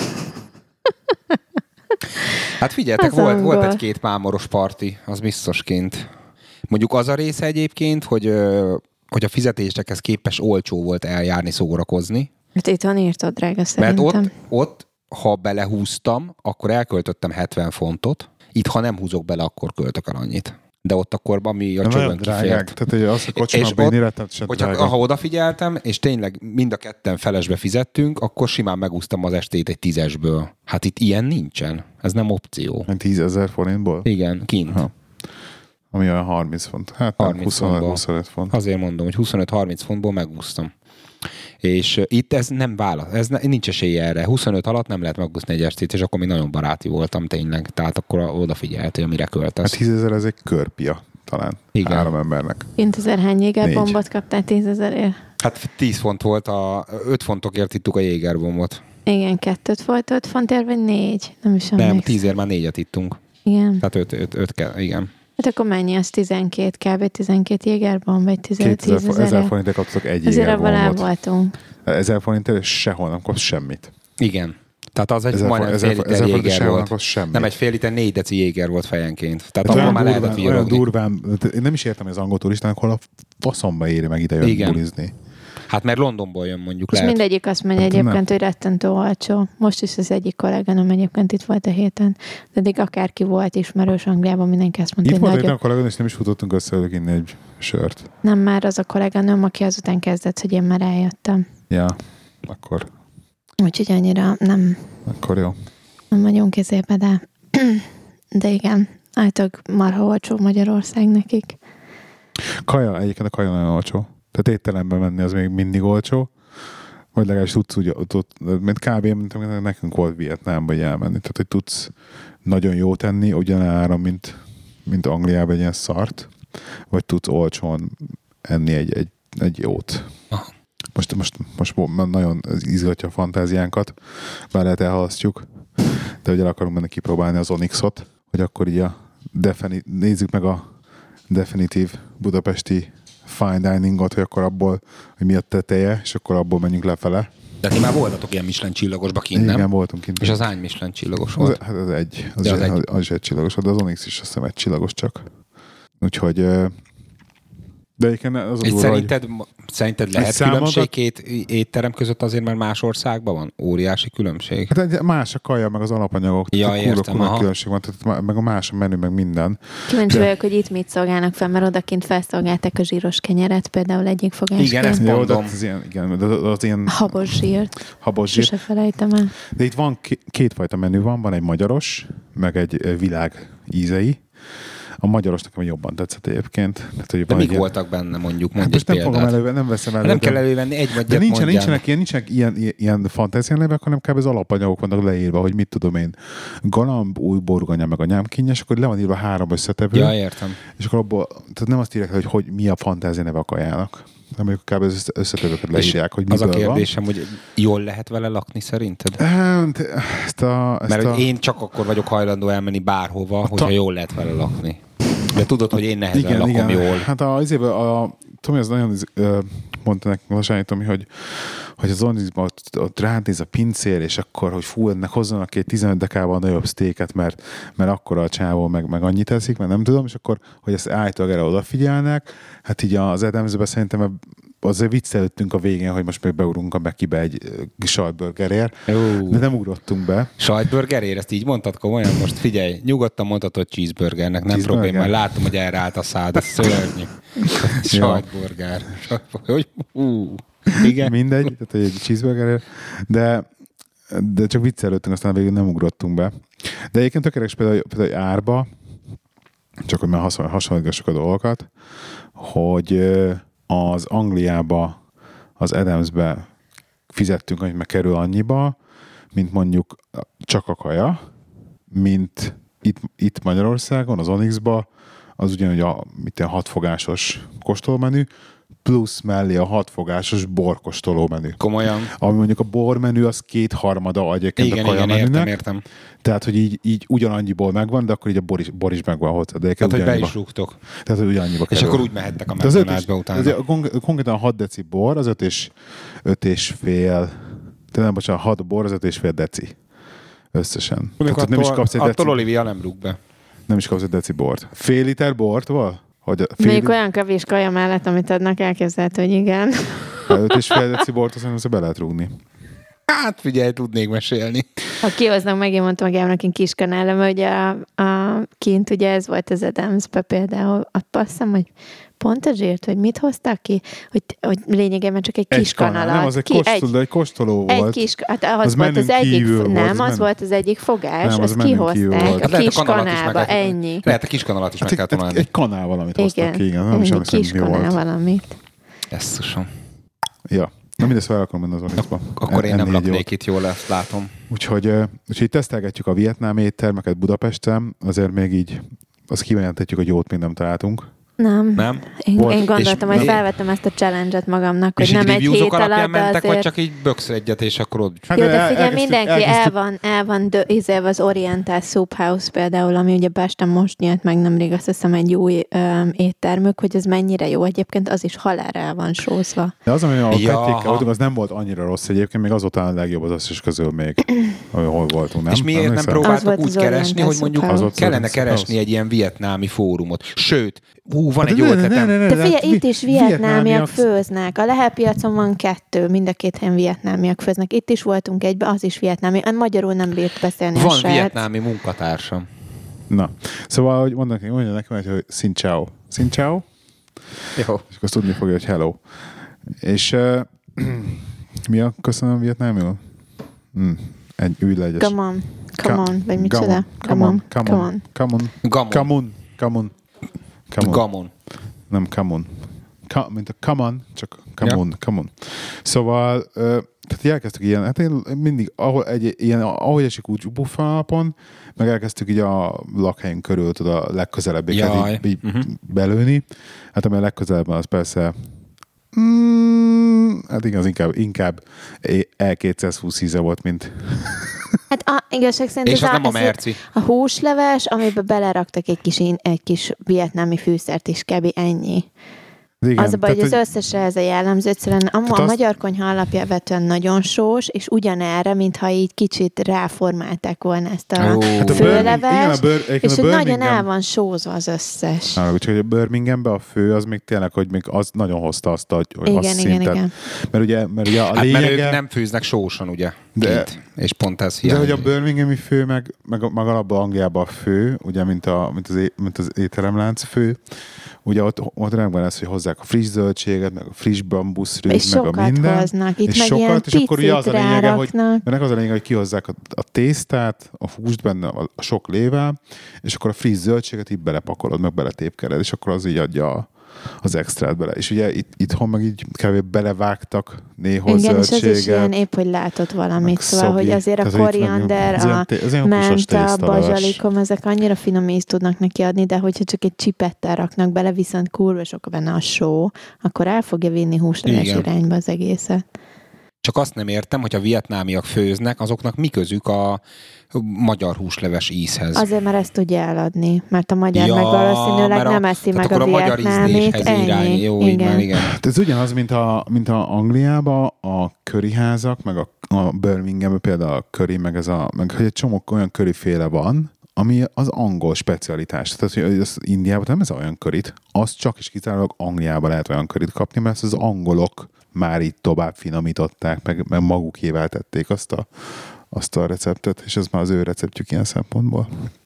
Hát figyeljetek, volt egy-két mámoros parti, az biztosként. Mondjuk az a része egyébként, hogy a fizetésekhez képes olcsó volt eljárni, szórakozni. Hát itt van írtad, drága, szerintem. Mert ott, ha belehúztam, akkor elköltöttem 70 fontot. Itt, ha nem húzok bele, akkor költök el annyit. De ott akkor, ami a csövön kifért. Tehát, hogy az a kocsmában én ha odafigyeltem, és tényleg mind a ketten felesbe fizettünk, akkor simán megúsztam az estét egy 10-esből. Hát itt ilyen nincsen. Ez nem opció. 10 000 forintból? Igen, kint. Ha. Ami olyan 30 font. Hát 25 font. Azért mondom, hogy 25-30 fontból megúsztam. És itt ez nem válasz, nincs esélye erre. 25 alatt nem lehet megúszni egy estét, és akkor még nagyon baráti voltam tényleg. Tehát akkor odafigyeltél, amire költesz. Hát 10 000 ez egy körpia talán. Igen. 3 embernek. 2000 hány jégerbombot kaptál 10 000-ért? Hát 10 font volt, 5 fontokért ittuk a jégerbombot. Igen, 2 volt 5 fontért, vagy 4? Nem is emlékszem. Nem, 10-ért már 4-et ittunk. Igen. Tehát 5 kell, igen. Hát akkor mennyi az 12? Kb. 12 jégerbomb, vagy 10 000? 1000 forintért kaptok egy jégerbombot. Azért abban voltunk. 1000 forintért sehol nem kapsz semmit. Igen. Tehát az egy majdnem fél liter jéger volt. Nem, egy fél liter 4 deci jéger volt fejenként. Tehát abban már lehetett virogni. Durván, én nem is értem, hogy az angol turistának hol a faszomba éri meg ide jön bulizni. Hát mert Londonból jön mondjuk. És lehet. mindegyik azt mondja egyébként, hogy rettentő olcsó. Most is az egyik kolléganom egyébként itt volt a héten. De eddig akárki volt ismerős Angliában, mindenki azt mondta, itt hogy volt egy kolléganő, és nem is futottunk össze velük inni egy sört. Nem már az a kolléganőm, aki azután kezdett, hogy én már eljöttem. Ja, akkor... Úgyhogy annyira nem... Akkor jó. Nem vagyunk kezébe, de igen, állítólag marha olcsó Magyarország nekik. Kaja, egyébként a kaja nagyon olcsó. Tehát étterembe menni az még mindig olcsó. Vagy legalábbis tudsz úgy, mint kb. Mint nekünk volt Vietnámba elmenni. Tehát, hogy tudsz nagyon jó tenni, ugyanáron, mint Angliában egy ilyen szart, vagy tudsz olcsón enni egy jót. Most nagyon izgatja a fantáziánkat, bár lehet elhalasztjuk, de hogy el akarunk menni kipróbálni az Onyxot, hogy akkor így nézzük meg a definitív budapesti fine diningot, hogy akkor abból, hogy mi a teteje, és akkor abból menjünk lefele. De ti már voltatok ilyen Michelin csillagosba kint, nem? Igen, voltunk kint. És az hány Michelin csillagos volt? Hát az egy. Az is egy csillagos, de az Onyx is azt hiszem egy csillagos csak. Úgyhogy... De egyébként az a durva, szerinted lehet különbség két étterem között azért, mert más országban van? Óriási különbség? Hát más a kaja, meg az alapanyagok. Ja, értem, különbség van, tehát meg a más a menü, meg minden. Kíváncsi vagyok, hogy itt mit szolgálnak fel, mert odakint felszolgálták a zsíros kenyeret, például egyik fogásként. Igen, ezt mondom. Az ilyen habos zsírt. Habos zsírt. Sose felejtem el. De itt van kétfajta menü van egy magyaros, meg egy világ ízei. A magyaros nekem jobban tetszett egyébként. Tehát, hogy de mik voltak benne, mondjuk? Hát most nem fogom elő, nem veszem elő. Nem kell elővenni, egy vagy de nincsenek ilyen fantáziánevek, hanem kb. Az alapanyagok vannak leírva, hogy mit tudom én. Galamb, új borgonya, meg a nyámkínjes, akkor le van írva 3 összetevő. Ja, értem. És akkor abból, tehát nem azt írják, hogy mi a fantáziáneve a kajának. Nem mondjuk kb. Az összetevőket leírják, hogy az a kérdésem, hogy jól lehet vele lakni szerinted? Mert én csak akkor vagyok hajlandó elmenni bárhova, hogyha jól lehet vele lakni. De tudod, hogy én nehezen lakom jól. Hát Tomi az nagyon mondta nekünk lassan, Tomi, hogy az Onyxban ott ránéz a pincér, és akkor, hogy fú, ennek hozzanak egy 15 dekával nagyobb sztéket, mert akkora a csávó, meg annyit teszik, mert nem tudom, és akkor, hogy ezt állítólag erre odafigyelnek, hát így az Adamsbe szerintem azért viccelődtünk a végén, hogy most még beugrunk a Beckybe egy sajtburgerért, de nem ugrottunk be. Sajtburgerért? Ezt így mondtad komolyan? Most figyelj, nyugodtan mondhatod cheeseburgernek, nem probléma, majd látom, hogy erre állt a szád, ez szörnyű. Sajtburger. Igen. Mindegy, tehát egy cheeseburgerért, de csak viccelődtünk, aztán végül nem ugrottunk be. De egyébként tökéletes például árba, csak hogy már hasonlítgassuk a dolgokat, hogy az Angliába, az Adamsbe fizettünk, hogy meg kerül annyiba, mint mondjuk csak a kaja, mint itt Magyarországon, az Onyxba, az ugyanúgy a 6 fogásos kóstolómenü, plusz mellé a 6 fogásos borkóstoló menü. Komolyan. Ami mondjuk a bormenü az 2/3 egyébként a kaja menünek. Értem. Tehát, hogy így ugyanannyiból megvan, de akkor így a bor is megvan hozzá. Tehát, hogy be is rúgtok. Tehát, hogy ugyanannyiba kerül. És akkor úgy mehettek a McDonald'sba utána. Konkrétan 6 deci bor, az 5,5, de nem, bocsánat, 6 bor, az 5,5 deci. Összesen. Tehát, nem is kapsz egy attól Olivia nem rúg be. Nem is kapsz egy deci bort. Fél liter bort van? Még olyan kevés kaja mellett, amit adnak, elképzelhető, hogy igen. 5,5 deci bort, azt be lehet rúgni. Hát figyelj, tudnék mesélni. Ha kihoznak, megint mondtam magámnak én Kiskanálra, mert ugye a kint ugye ez volt az Adamsbe például. Azt hiszem, hogy pont a zsírt, hogy mit hoztak ki, hogy lényegében csak egy kis kanalat. Nem, az egy kóstoló volt. Hát az volt az egyik, nem, az volt az egyik fogás, nem, azt kihozták a kis kanálba, ennyi. Lehet a kis kanalat is meg kellett volna. Egy kanál valamit hoztak ki, igen. Nem is emlékszem, mi volt. Kis kanál valamit. Jesszusom. Ja. Na mindezt fel akarom menni az Onyxba. Akkor én nem laknék itt, jól ezt látom. Úgyhogy tesztelgetjük a vietnám éttermeket Budapesten, azért még így azt kijelentetjük, hogy jót még nem találtunk. Nem? Én gondoltam, hogy felvettem ezt a challenge-et magamnak, hogy nem egy hét alatt, mentek, azért... vagy csak így böksz egyet, és akkor ott... Hát jó, de figyelj, mindenki el van az Oriental Soup House például, ami ugye Pesten most nyílt meg nemrég, azt hiszem egy új éttermük, hogy ez mennyire jó. Egyébként az is halálra el van sózva. De az, ami a Pettékkel voltunk, az nem volt annyira rossz egyébként, még azután a legjobb az összes közül még, ahol voltunk, nem? És miért nem próbáltok úgy keresni, hogy mondjuk kellene keresni egy ilyen vietnámi fórumot. Sőt, van egy jó ötletem. De figyelj, itt is vietnámiak főznek. A Lehel piacon van 2, mind a 2 helyen vietnámiak főznek. Itt is voltunk egyben, az is vietnámi. Magyarul nem bírt beszélni. Van vietnámi munkatársam. Na, szóval, hogy mondja nekem, hogy Xin Chao. Xin Chao? Jó. És akkor tudni fogja, hogy hello. És mi a köszönöm vietnámul? Egy ülj le egyes. Come on, vagy micsoda? Come on. Nem come on. Mint a come on, csak come on. Szóval, tehát elkezdtük ilyen, hát én mindig, ahogy esik úgy buffalapon, meg elkezdtük így a lakhelyünk körül, a legközelebbiket így belőni. Hát ami a legközelebben, az persze hát igen, az inkább E220 íze volt, mint... Hát igazság szerint és az nem a merci. A húsleves, amiben beleraktak egy kis vietnámi fűszert is, kb. Ennyi. Igen, az a baj, hogy az összesre ez a jellemző, egyszerűen a magyar konyha alapvetően nagyon sós, és ugyanerre, mintha így kicsit ráformálták volna ezt a főlevest, és hogy nagyon el van sózva az összes. Úgyhogy a Birminghamben a fő az még tényleg, hogy még az nagyon hozta azt a szintet. Igen. Mert ugye a lényege... Mert ők nem főznek sósan, ugye? És pont ez hiány. De hogy a birminghami fő, meg alapban Angliában a fő, ugye, mint az étteremlánc fő, ugye ott nem van ez, hogy hozzák a friss zöldséget, meg a friss bambuszrűt, meg a minden. Hoznak. Itt és meg sokat, ilyen és akkor ugye az a lényege, hogy, mert az a lényege, hogy kihozzák a tésztát, a húst benne a sok lével, és akkor a friss zöldséget így belepakolod, meg beletépkeled, és akkor az így adja az extrát bele. És ugye itthon meg így kb. Belevágtak néha zöldséget. Igen, és ez is ilyen épp, hogy látott valamit. Szóval, hogy azért a koriander, a menta, a bazsalikom, ezek annyira finom ízt tudnak neki adni, de hogyha csak egy csipettel raknak bele, viszont kurva sok benne a só, akkor el fogja vinni húsleves irányba az egészet. Csak azt nem értem, hogy a vietnámiak főznek, azoknak mi közük a magyar húsleves ízhez. Azért, mert ezt tudja eladni. Mert a magyar meg valószínűleg nem eszi meg a vietnámit. Ennyi. Jó, igen. Ez ugyanaz, mint a Angliában a curryházak, meg a Birminghamben például a curry, meg hogy egy csomó olyan curryféle van, ami az angol specialitás. Tehát, hogy az Indiában nem ez olyan curryt, az csak is kizárólag Angliában lehet olyan curryt kapni, mert az angolok már így tovább finomították, meg magukével tették azt a receptet, és ez már az ő receptjük ilyen szempontból.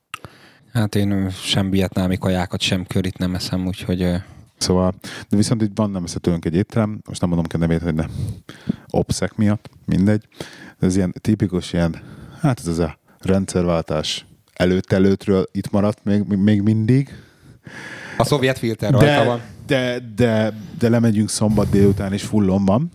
Hát én sem vietnámi kajákat, sem curryt nem eszem, úgyhogy... Szóval, de viszont itt van nem tőlünk egy étterem, most nem mondom ki a nevét, hogy ne obszek miatt, mindegy. De ez ilyen tipikus ilyen, hát ez a rendszerváltás előttről itt maradt még mindig. A szovjet filter rajta van. De lemegyünk szombat délután, és fullon van.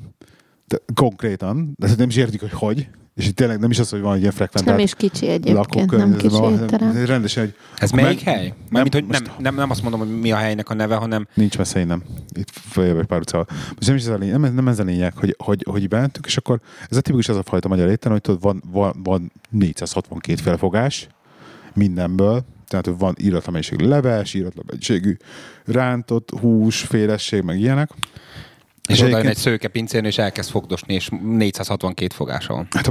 Konkrétan, de nem is értik, hogy. És itt tényleg nem is az, hogy van egy ilyen frekventált nem is kicsi egyébként, nem kicsi étterem. Rendesen, hogy ez melyik hely? Mármint, hogy nem azt mondom, hogy mi a helynek a neve, hanem... Nincs messze, nem. Itt följövök pár utcával. Most nem ez a lényeg, hogy bementünk, és akkor ez a tipikus az a fajta magyar étterem, hogy tudod, van 462 felfogás mindenből, tehát van íratlan mennyiségű leves, íratlan mennyiségű rántott hús, félesség, meg ilyenek. És oda jön egy szőke pincérnő, és elkezd fogdosni, és 462 fogása van. Hát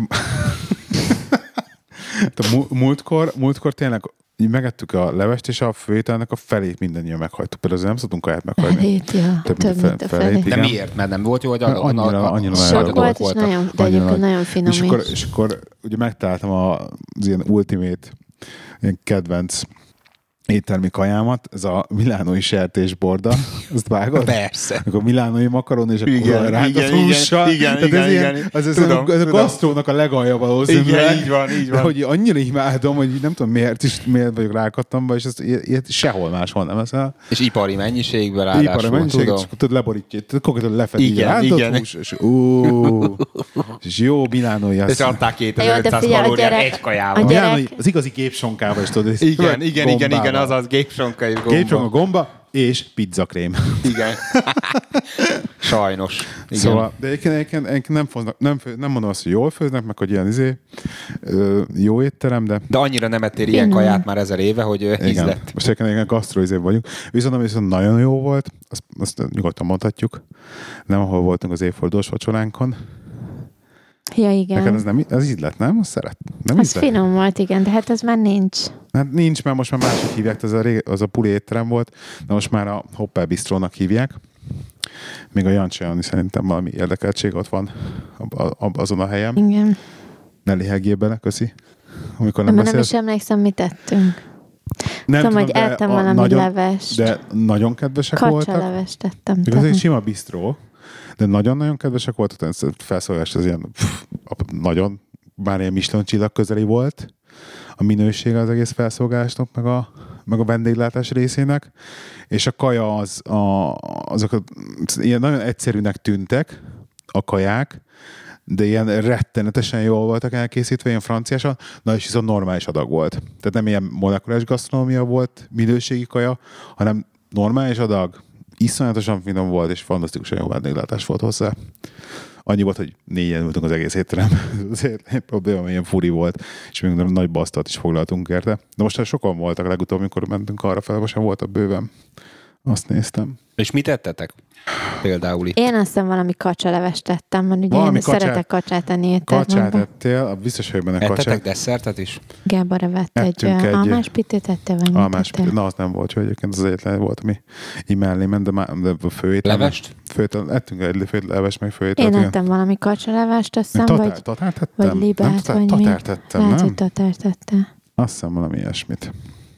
múltkor tényleg így megettük a levest, és a főételnek a felét mindannyian meghajtuk. Például nem szoktunk kaját meghajtni. Felét, ja. Több mint a felét. De miért? Mert nem volt jó, hogy annyira sok volt, és nagyon, de egyébként nagyon finom és akkor ugye megtaláltam az ilyen ultimate, ilyen kedvenc éttermi kajámat, ez a milánói sertésborda, azt vágod? Persze. Akkor milánói makaron, és akkor rántott hússal. Igen. Ez a gasztrónak a legalja valószínűleg. Igen, így van. De hogy annyira imádom, hogy nem tudom miért vagyok rákattamva, és ezt ilyet sehol máshol nem eszel. És ipari mennyiségben ráadásul. Ipari mennyiségben, és akkor tudod leborítja, konkrétan lefedi a rántott hús, és jó milánói. És adták 2500 kalóriát egy kajával. Az igazi gépsonkával is tudod. Igen, azaz gépsonka és gomba. Gépsonka, gomba és pizzakrém. Igen. Sajnos. Igen. Szóval, de egyébként nem mondom azt, hogy jól főznek, meg hogy ilyen jó étterem, de... De annyira nem ettél ilyen kaját már 1000 éve, hogy ízlett. Most egyébként gasztroizév vagyunk. Viszont nagyon jó volt, azt nyugodtan mondhatjuk. Nem ahol voltunk az évfordulós vacsoránkon. Ja, igen. Neked ez ízlet, nem? Azt szeret. Nem az finom volt, igen, de hát ez már nincs. Hát nincs, mert most már máshogy hívják, az a puli étterem volt, de most már a Hoppel Bistrónak hívják. Még a Jancsi szerintem valami érdekeltség ott van azon a helyen. Igen. Ne léhegjél bele, köszi. Amikor nem is emlékszem, mit tettünk. Nem tudom, hogy ettem valami levest. De nagyon kedvesek voltak. Kacsalevest tettem. Ez egy sima bistró, de nagyon-nagyon kedvesek voltak. Felszólás az ilyen nagyon, bár ilyen Michelin csillag közeli volt a minősége az egész felszolgálásnak, meg a vendéglátás részének. És a kaja azok ilyen nagyon egyszerűnek tűntek a kaják, de ilyen rettenetesen jól voltak elkészítve, ilyen franciásan, és viszont normális adag volt. Tehát nem ilyen molekulás gasztronómia volt, minőségi kaja, hanem normális adag, iszonyatosan finom volt, és fantasztikusan jó vendéglátás volt hozzá. Annyi volt, hogy 4-en ültünk az egész étterem. Azért probléma, ilyen furi volt, és még nagy basztat is foglaltunk érte. De most sokan voltak legutóbb, amikor mentünk arra fel, most sem voltak bőven. Azt néztem. És mit tettetek? Például itt. Én azt hiszem valami kacsalevest tettem, mert ugye én szeretek kacsát enni éttermekben. Kacsát ettél, biztos, hogy benne kacsát. Ettetek desszertet is? Gábor evett egy almáspitét, ettél vagy mit ettél? Na, az nem volt, hogy egyébként az egyetlen volt, ami így mellé ment, de a főétel. Levest? Ettünk egy levest, meg főételt. Én ettem valami kacsalevest, azt hiszem, vagy libát, vagy mi. Tatár tettem, nem? Lehet, hogy tatár tette. Azt hiszem valami ilyesmit.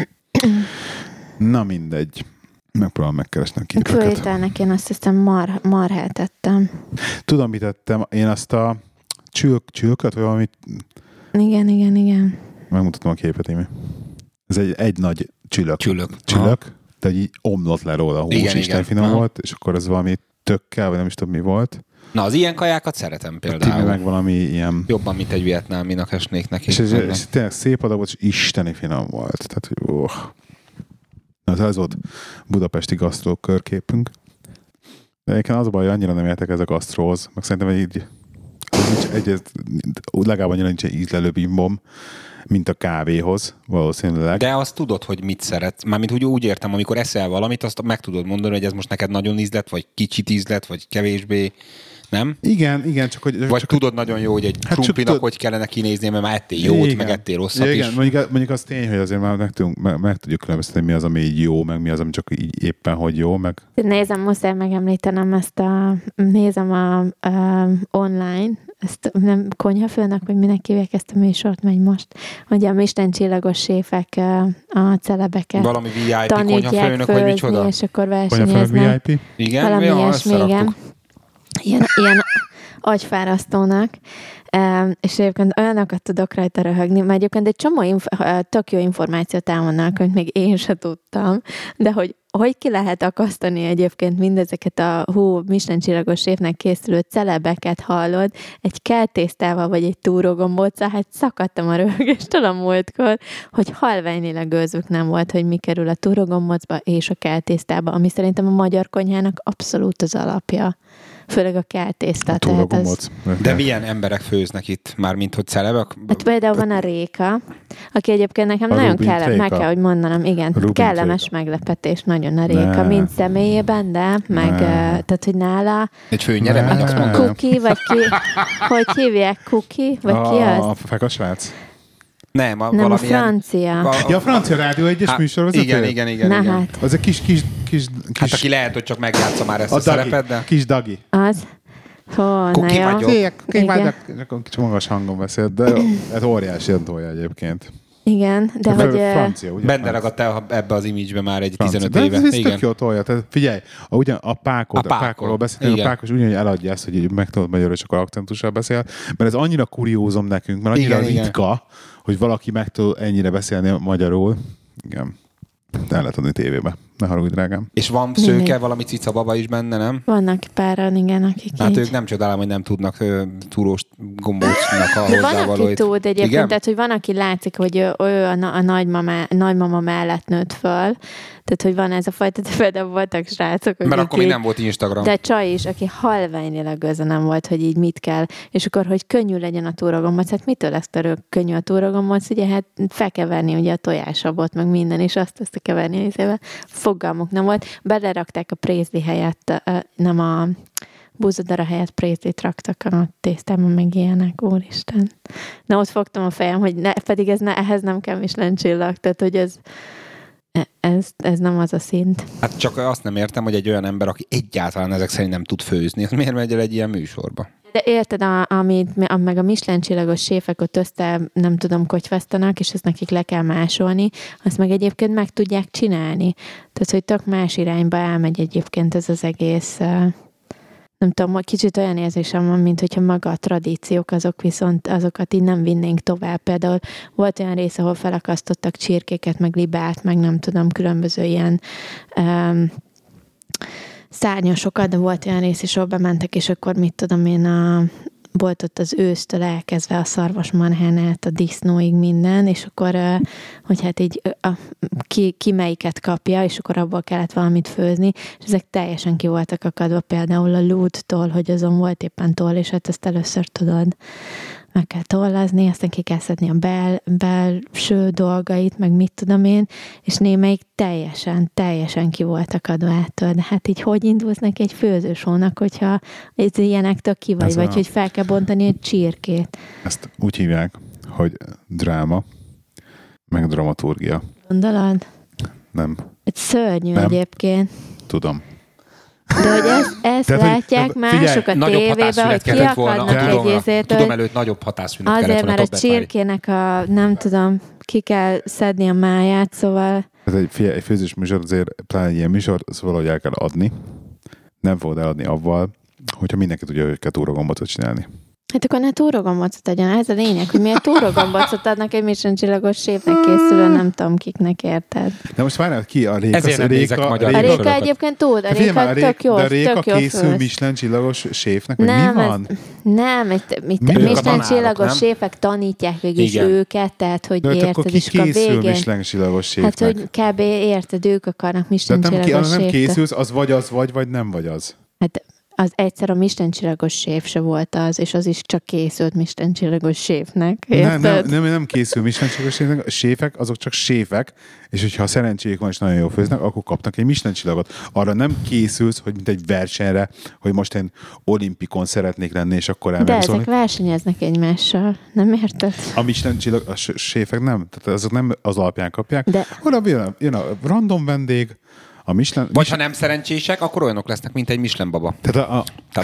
Na mindegy. Megpróbálom megkeresni a képeket. Főételnek én azt hiszem marhát tettem. Tudom, mit tettem. Én azt a csülköt, vagy valamit... Igen. Megmutatom a képet, Imi. Ez egy nagy csülök. De így omlott le róla a hús, isten finom volt, és akkor ez valami tökkel, vagy nem is tudom mi volt. Na, az ilyen kajákat szeretem például. Meg valami ilyen... Jobban, mint egy vietnáminak esnék neki. És tényleg szép adag volt, és isteni finom volt. Tehát, hogy ez volt budapesti gasztró körképünk. De egyébként az a baj, hogy annyira nem értek ez a gasztróhoz. Meg szerintem így legalább annyira nincs egy ízlelő bimbom, mint a kávéhoz valószínűleg. De azt tudod, hogy mit szeretsz. Mármint úgy értem, amikor eszel valamit, azt meg tudod mondani, hogy ez most neked nagyon ízlet, vagy kicsit ízlet, vagy kevésbé. Nem? Igen, csak hogy... Vagy tudod nagyon jó, hogy egy krumplinak hogy kellene kinézni, mert már ettél jót, igen, meg ettél rosszat is. Igen, mondjuk az tény, hogy azért már meg tudjuk különböztetni, mi az, ami így jó, meg mi az, ami csak így éppen, hogy jó, meg... Nézem, muszáj megemlítenem ezt nézem a online, ezt nem konyhafőnek, vagy minek hívják ezt a műsort, megy most, hogy a Michelin csillagos séfek a celebeket valami VIP konyhafőnök, vagy micsoda? És akkor versenyeznek. VIP? Igen? Valami ilyesmi, igen. Ilyen agyfárasztónak, és egyébként olyanokat tudok rajta röhögni, mert egyébként egy csomó tök jó információt elmondanak, amit még én se tudtam, de hogy ki lehet akasztani egyébként mindezeket a Michelin csillagos séfnek készülő celebeket hallod, egy keltésztával vagy egy túrógombóccal, hát szakadtam a röhögéstől a múltkor, hogy halványilag gőzük nem volt, hogy mi kerül a túrógombócba és a keltésztába, ami szerintem a magyar konyhának abszolút az alapja. Főleg a keltészta. De milyen emberek főznek itt? Mármint, hogy celebek? Hát például van a Réka, aki egyébként nekem nagyon meg kell, hogy mondanom, igen, kellemes meglepetés nagyon a Réka, mind személyében, de meg, tehát, hogy nála egy főnyeremény, azt mondom. Kuki, vagy ki, hogy hívják Kuki, vagy ki az? A Fekasvác. Nem, a francia. A francia rádió egyes műsorvezető? Igen. Na hát. Az egy kis... Hát aki lehet, hogy csak megjátsza már ezt a szerepet, de... Kis Dagi. Az. Kuki vagyok. Kicsi magas hangon beszélt, de ez óriási tolja egyébként. Igen, de hogy... Francia, ugye? Benne ragadt el ebbe az image-be már egy 15 éve. De ez tök jó tolja. Tehát figyelj, ugyan a Pákról beszélünk, a Pákos ugyanúgy eladja ezt, hogy meg tudod magyarul, csak akcentussal beszél, mert ez annyira kuriózom nekünk, mert annyira ritka, hogy valaki meg tud ennyire beszélni magyarul. Igen. El lehet adni tévébe. Ne haragudj, drágám. És van szőke, valami cicababa is benne, nem? Vannak páran, igen, akik hát így. Ők nem csodálom, hogy nem tudnak túrós gombócnak a hozzávalóit. De van, aki tud egyébként, tehát, hogy van, aki látszik, hogy ő a nagymama mellett nőtt föl. Tehát, hogy van ez a fajta, de például voltak srácok, mert akkor még nem volt Instagram. De csaj is, aki halványilag gőze nem volt, hogy így mit kell. És akkor, hogy könnyű legyen a túrogombóc. Hát mitől lesz könnyű a túrogombóc? Ugye hát fel kell verni ugye a tojásabot, meg minden, és azt keverni a izébe. Fogalmuk nem volt. Belerakták a prézli helyett, nem a búzadara helyett prétlit raktak a tésztában, meg ilyenek, úristen. Na, ott fogtam a fejem, hogy pedig ehhez nem kell Michelin csillag, tehát hogy ez nem az a szint. Hát csak azt nem értem, hogy egy olyan ember, aki egyáltalán ezek szerint nem tud főzni, az miért megy el egy ilyen műsorba? De érted, meg a Michelin csillagos séfek ott nem tudom, kotyvasztanak, és ezt nekik le kell másolni, azt meg egyébként meg tudják csinálni. Tehát, hogy tök más irányba elmegy egyébként ez az egész, nem tudom, kicsit olyan érzésem van, mint hogyha maga a tradíciók, azokat így nem vinnénk tovább. Például volt olyan rész, ahol felakasztottak csirkéket, meg libát, meg nem tudom, különböző ilyen szárnyasokat, de volt olyan rész is, ahol bementek, és akkor mit tudom én, volt ott az ősztől elkezdve a szarvasmarhán át a disznóig minden, és akkor, hogy hát így ki melyiket kapja, és akkor abból kellett valamit főzni, és ezek teljesen ki voltak akadva, például a lúdtól, hogy azon volt éppen toll, és hát ezt először tudod, meg kell tollazni, aztán ki kell szedni a belső dolgait, meg mit tudom én, és némelyik teljesen ki voltak adva ettől. De hát így hogy indulsz neki egy főzősónak, hogyha ez ilyenektől ki vagy hogy fel kell bontani egy csirkét. Ezt úgy hívják, hogy dráma, meg dramaturgia. Gondolod? Nem. Egy szörnyű egyébként. Tudom. De hogy ezt látják mások a tévében, hogy kiakadnak egy észértől. Tudom előtt nagyobb hatásszünet kellett azért, volna. mert a csirkének nem tudom, ki kell szedni a máját, szóval... Ez egy főzős műsor, azért pláne egy ilyen műsor, szóval valahogy el kell adni. Nem fogod eladni avval, hogyha mindenki tudja, hogy kell túrogombot csinálni. Hát akkor ne túrogombocot adjon. Ez a lényeg, hogy miért túrogombocot adnak egy Michelin csillagos séfnek készülő, nem tudom kiknek, érted. De most várjál ki, a Réka... Ezért nem nézek magyar A Réka egyébként tud, a Réka tök jó. De a Réka készül Michelin csillagos séfnek, vagy nem, mi van? Nem, Michelin csillagos séfek tanítják végig őket, tehát hogy de érted, akkor ki és a végén... készül Michelin csillagos séfnek? Hát, hogy kb. Érted, ők akarnak Michelin csillagos séfnek. Nem készülsz, az vagy az vagy nem vagy az. Hát az egyszer a Michelin csillagos séf se volt az, és az is csak készült Michelin csillagos séfnek. Nem készül Michelin csillagos séfnek, a séfek azok csak séfek, és hogyha szerencséjük van és nagyon jól főznek, akkor kapnak egy Michelin csillagot. Arra nem készülsz, hogy mint egy versenyre, hogy most én olimpikon szeretnék lenni, és akkor elmegyek. De ezek versenyeznek egymással, nem érted? A Michelin csillag, a séfek nem, tehát azok nem az alapján kapják. De... Oda jön a random vendég, a Michelin... Vagy ha nem szerencsések, akkor olyanok lesznek, mint egy Michelin baba. Tehát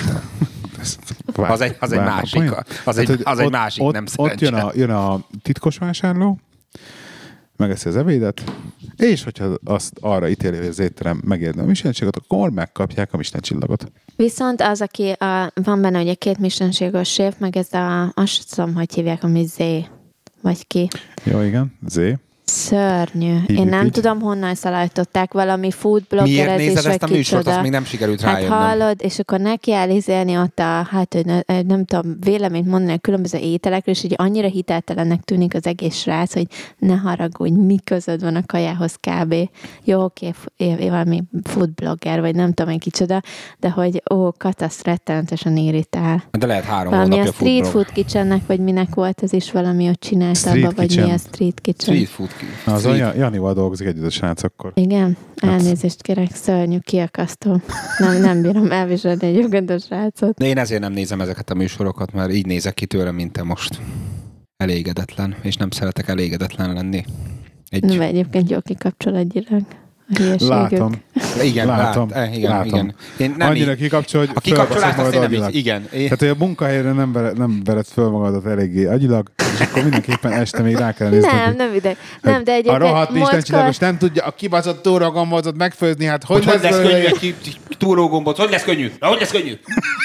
az egy másik. Az egy másik, nem szerencse. Ott jön a titkos vásárló, megeszi az ebédet, és hogyha azt arra ítéli, hogy az étterem megérne a Michelin-csillagot, akkor megkapják a Michelin-csillagot. Viszont az, aki van benne ugye 2 Michelin-csigos séf, meg ez azt tudom, hogy hívják, ami Z, vagy ki. Jó, igen, Z. Szörnyű. Én nem tudom, honnan szállították, valami foodbloggerezés, miért nézed ezt a műsort, azt még nem sikerült rájönnöm. Hát hallod, és akkor neki elizélni ott hogy nem tudom, véleményt mondani a különböző ételekről, és így annyira hiteltelennek tűnik az egész srác, hogy ne haragudj, mi közöd van a kajához kb. Jó, oké, valami foodblogger, vagy nem tudom, egy kicsoda, de hogy rettenetesen irritál. De lehet 3 valami hónapja a Street Food Kitchennek, vagy minek volt, ez is valami, ott csinálta abba, vagy mi a Street Kitchen. Street Food. Az Janival dolgozik együtt a srác akkor. Igen, elnézést kérek, szörnyű, kiakasztó. Nem bírom elviselni egyébként a srácot. De én ezért nem nézem ezeket a műsorokat, mert így nézek ki tőle, mint te most. Elégedetlen, és nem szeretek elégedetlen lenni. Nem, egyébként jól kikapcsol egyileg. Látom. Igen. Én nem annyira kikapcsol, hogy a kikapcsolást azt én nem így. Igen. Tehát, hogy a munkahelyre nem vered föl magadat eléggé agyilag, és akkor mindenképpen este még rá kell nézni. Nem ide. Nem, de egyébként a rohadt Istencsillagos nem tudja a kibaszott túrógombócot megfőzni, hát hogy lesz könnyű egy túrógombóc? Hogy lesz könnyű? Hogy lesz könnyű?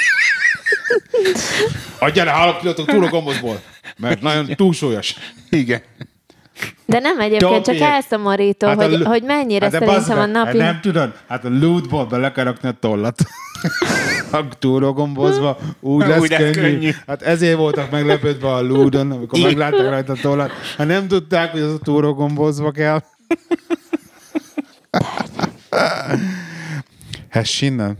Adjál le 3 kilót a túrógombócból, mert nagyon túlsúlyos. Igen. De nem egyébként, csak elszomorító, hát hogy mennyire szerintem a napi... Nem tudod, hát a lootból bele kell rakni a tollat. A túrógombozva úgy lesz könnyű. Hát ezért voltak meglepődve a loodon, amikor meglátták rajta a tollat. Hát nem tudták, hogy az a túrógombozva kell. Hessinnen?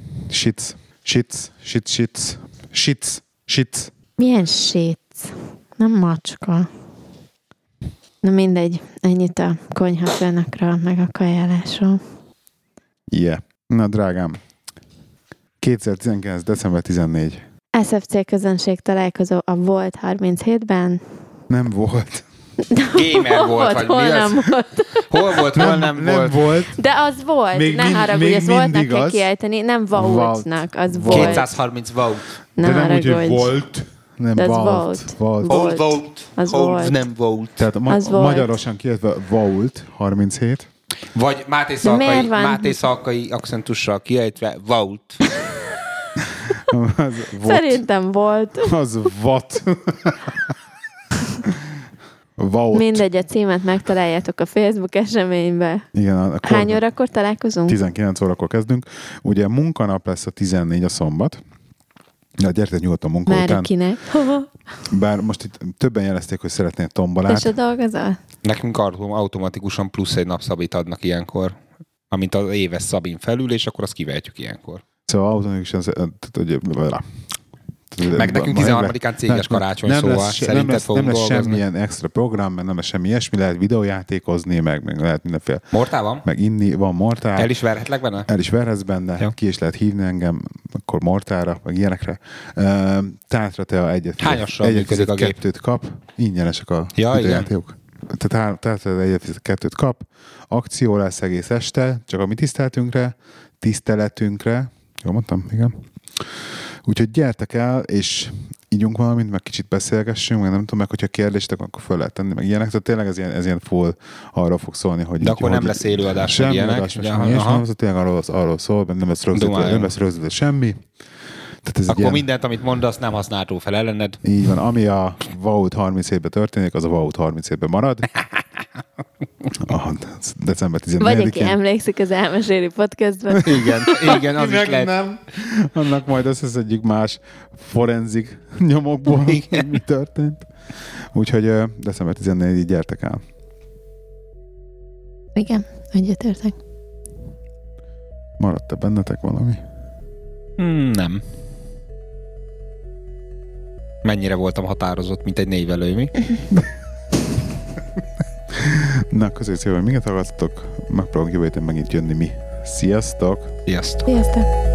Shits. Milyen shits? Nem macska. Na mindegy, ennyit a konyhafőnökről, meg a kajálásról. Yeah. Na, drágám, 2019. december 14. SFC közönség találkozó a Volt 37-ben. Nem volt. Gamer volt, vagy hol mi nem az? volt. Hol volt, hol nem volt. volt. De az volt, Még ne haragudj, az voltnak kell kiejteni, nem Vaultnak, az volt. 230 volt. Ne de nem úgy, hogy haragudj. volt. Nem, De az Vault. Volt. Volt. Az Volt, volt. nem volt. Tehát Az volt. magyarosan kiejtve Vault 37. Vagy miért van? Máté Szalkai akcentussal kiejtve volt. Az Szerintem volt. Az what? Vault. Mindegy, a címet megtaláljátok a Facebook eseménybe. Igen, Hány órakor találkozunk? 19 órakor kezdünk. Ugye munkanap lesz a 14 a szombat. De gyertek nyugodtan munka Már után. kinek? Bár most itt többen jelezték, hogy szeretnék tombolát. Te se dolgozol? Nekünk automatikusan plusz egy napszabit adnak ilyenkor, amint az éves szabin felül, és akkor azt kivehetjük ilyenkor. Szóval automatikusan... Meg nekünk 13-án céges karácsony, szóval szerinted fogunk nem lesz dolgozni. semmilyen extra program, meg nem lesz semmi ilyesmi, lehet videójátékozni, meg lehet mindenféle... Mortál van? Meg inni, van mortál. El is verhetlek benne? El is verhetsz benne, Jó. ki is lehet hívni engem, akkor mortára, meg ilyenekre. Tátra te egyet Hányassal működik a gép? kettőt kap, ingyenesek a Ja, videójátékok. Tehát tátra egyet kettőt kap, akció lesz egész este, csak a mi tiszteletünkre, jól mondtam? Igen. Úgyhogy gyertek el, és ígyunk valamit, meg kicsit beszélgessünk, meg nem tudom, meg hogyha kérdéstek, akkor föl lehet tenni, meg ilyenek. Tehát tényleg ez ilyen full arról fog szólni, hogy... De akkor nem lesz élőadás, meg ilyenek. Nem, tényleg arról szól, nem lesz rögzítve semmi. Tehát ez akkor mindent, amit mondasz, nem használható fel ellened. Így van, ami a Vault 37-ben történik, az a Vault 37-ben marad. December 14-én. Vagy aki emlékszik az Elmeséli podcastban. Igen, az is lehet. Nem. Annak majd összeszedjük más forenzik nyomokból, mi történt. Úgyhogy december 14-ig gyertek el. Igen, egyetértek. Maradt-e bennetek valami? Nem. Mennyire voltam határozott, mint egy névelő, mi? Na, köszönjük szépen, hogy minket hallgattatok. Megpróbálunk jövő héten megint jönni mi. Sziasztok! Sziasztok! Sziasztok!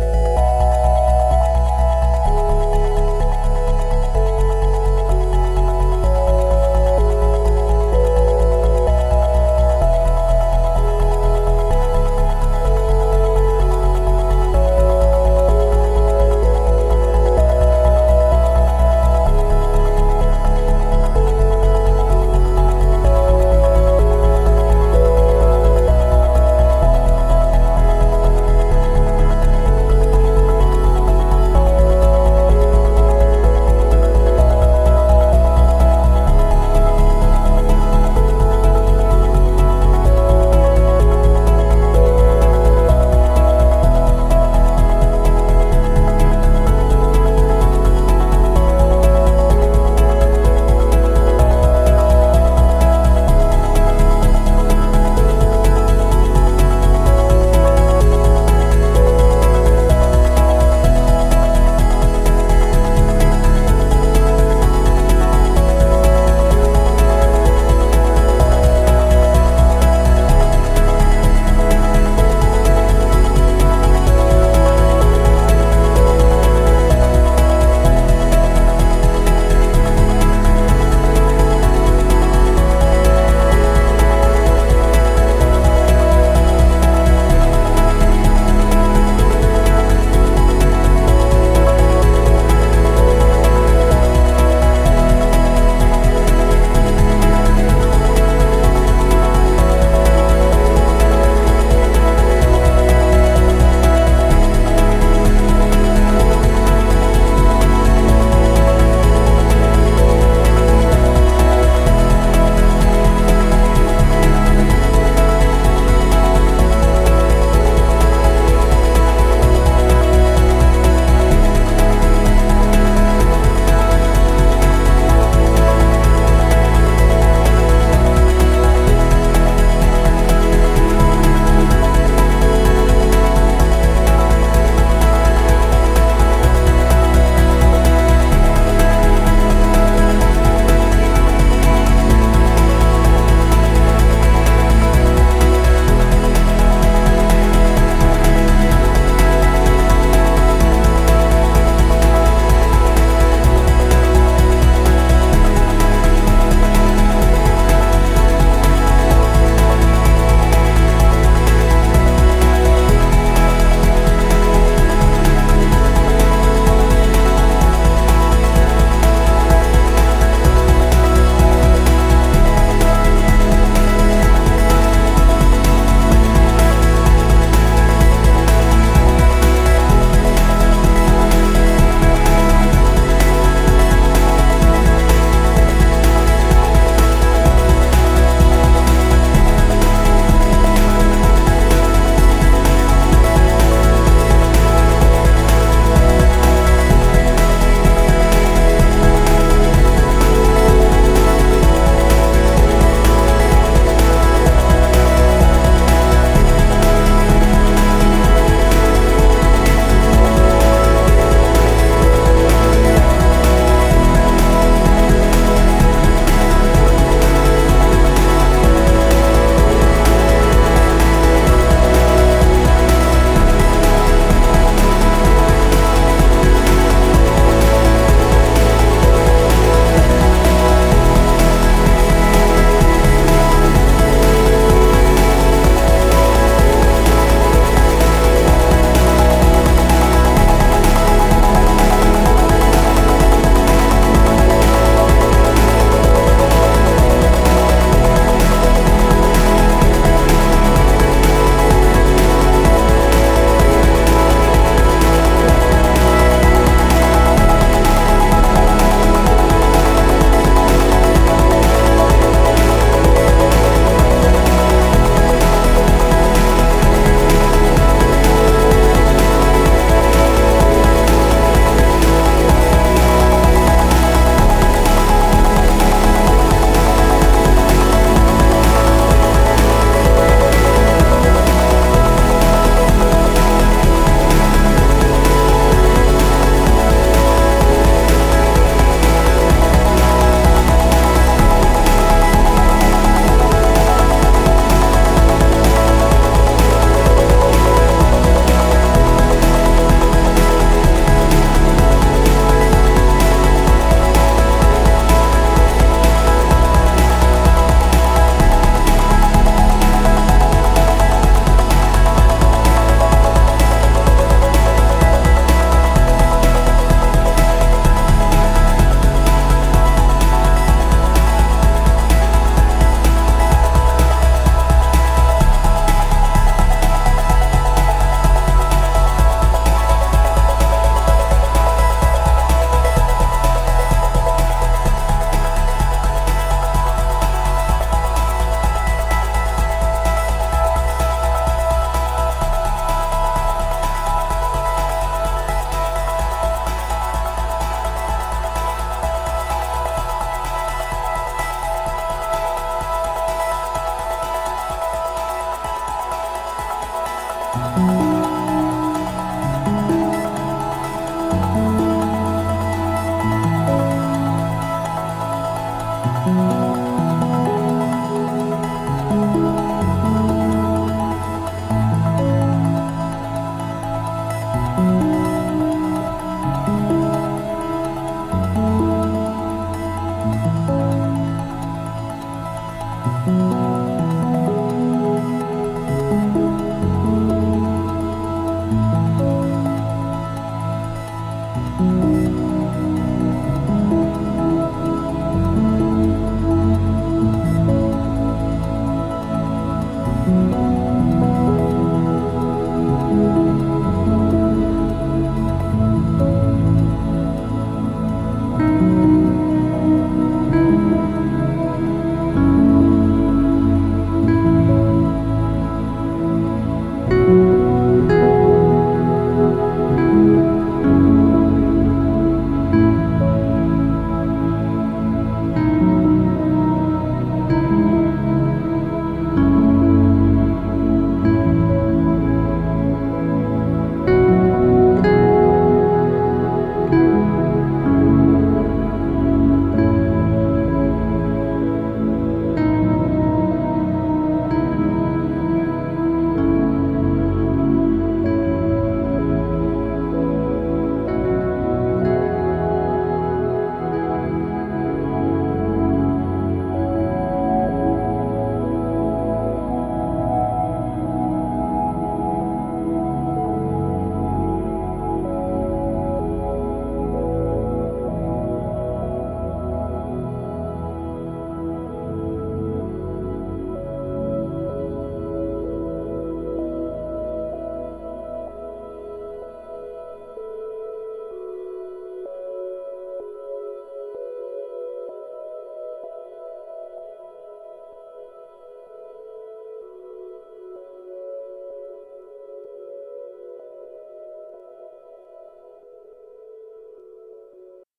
Sziasztok!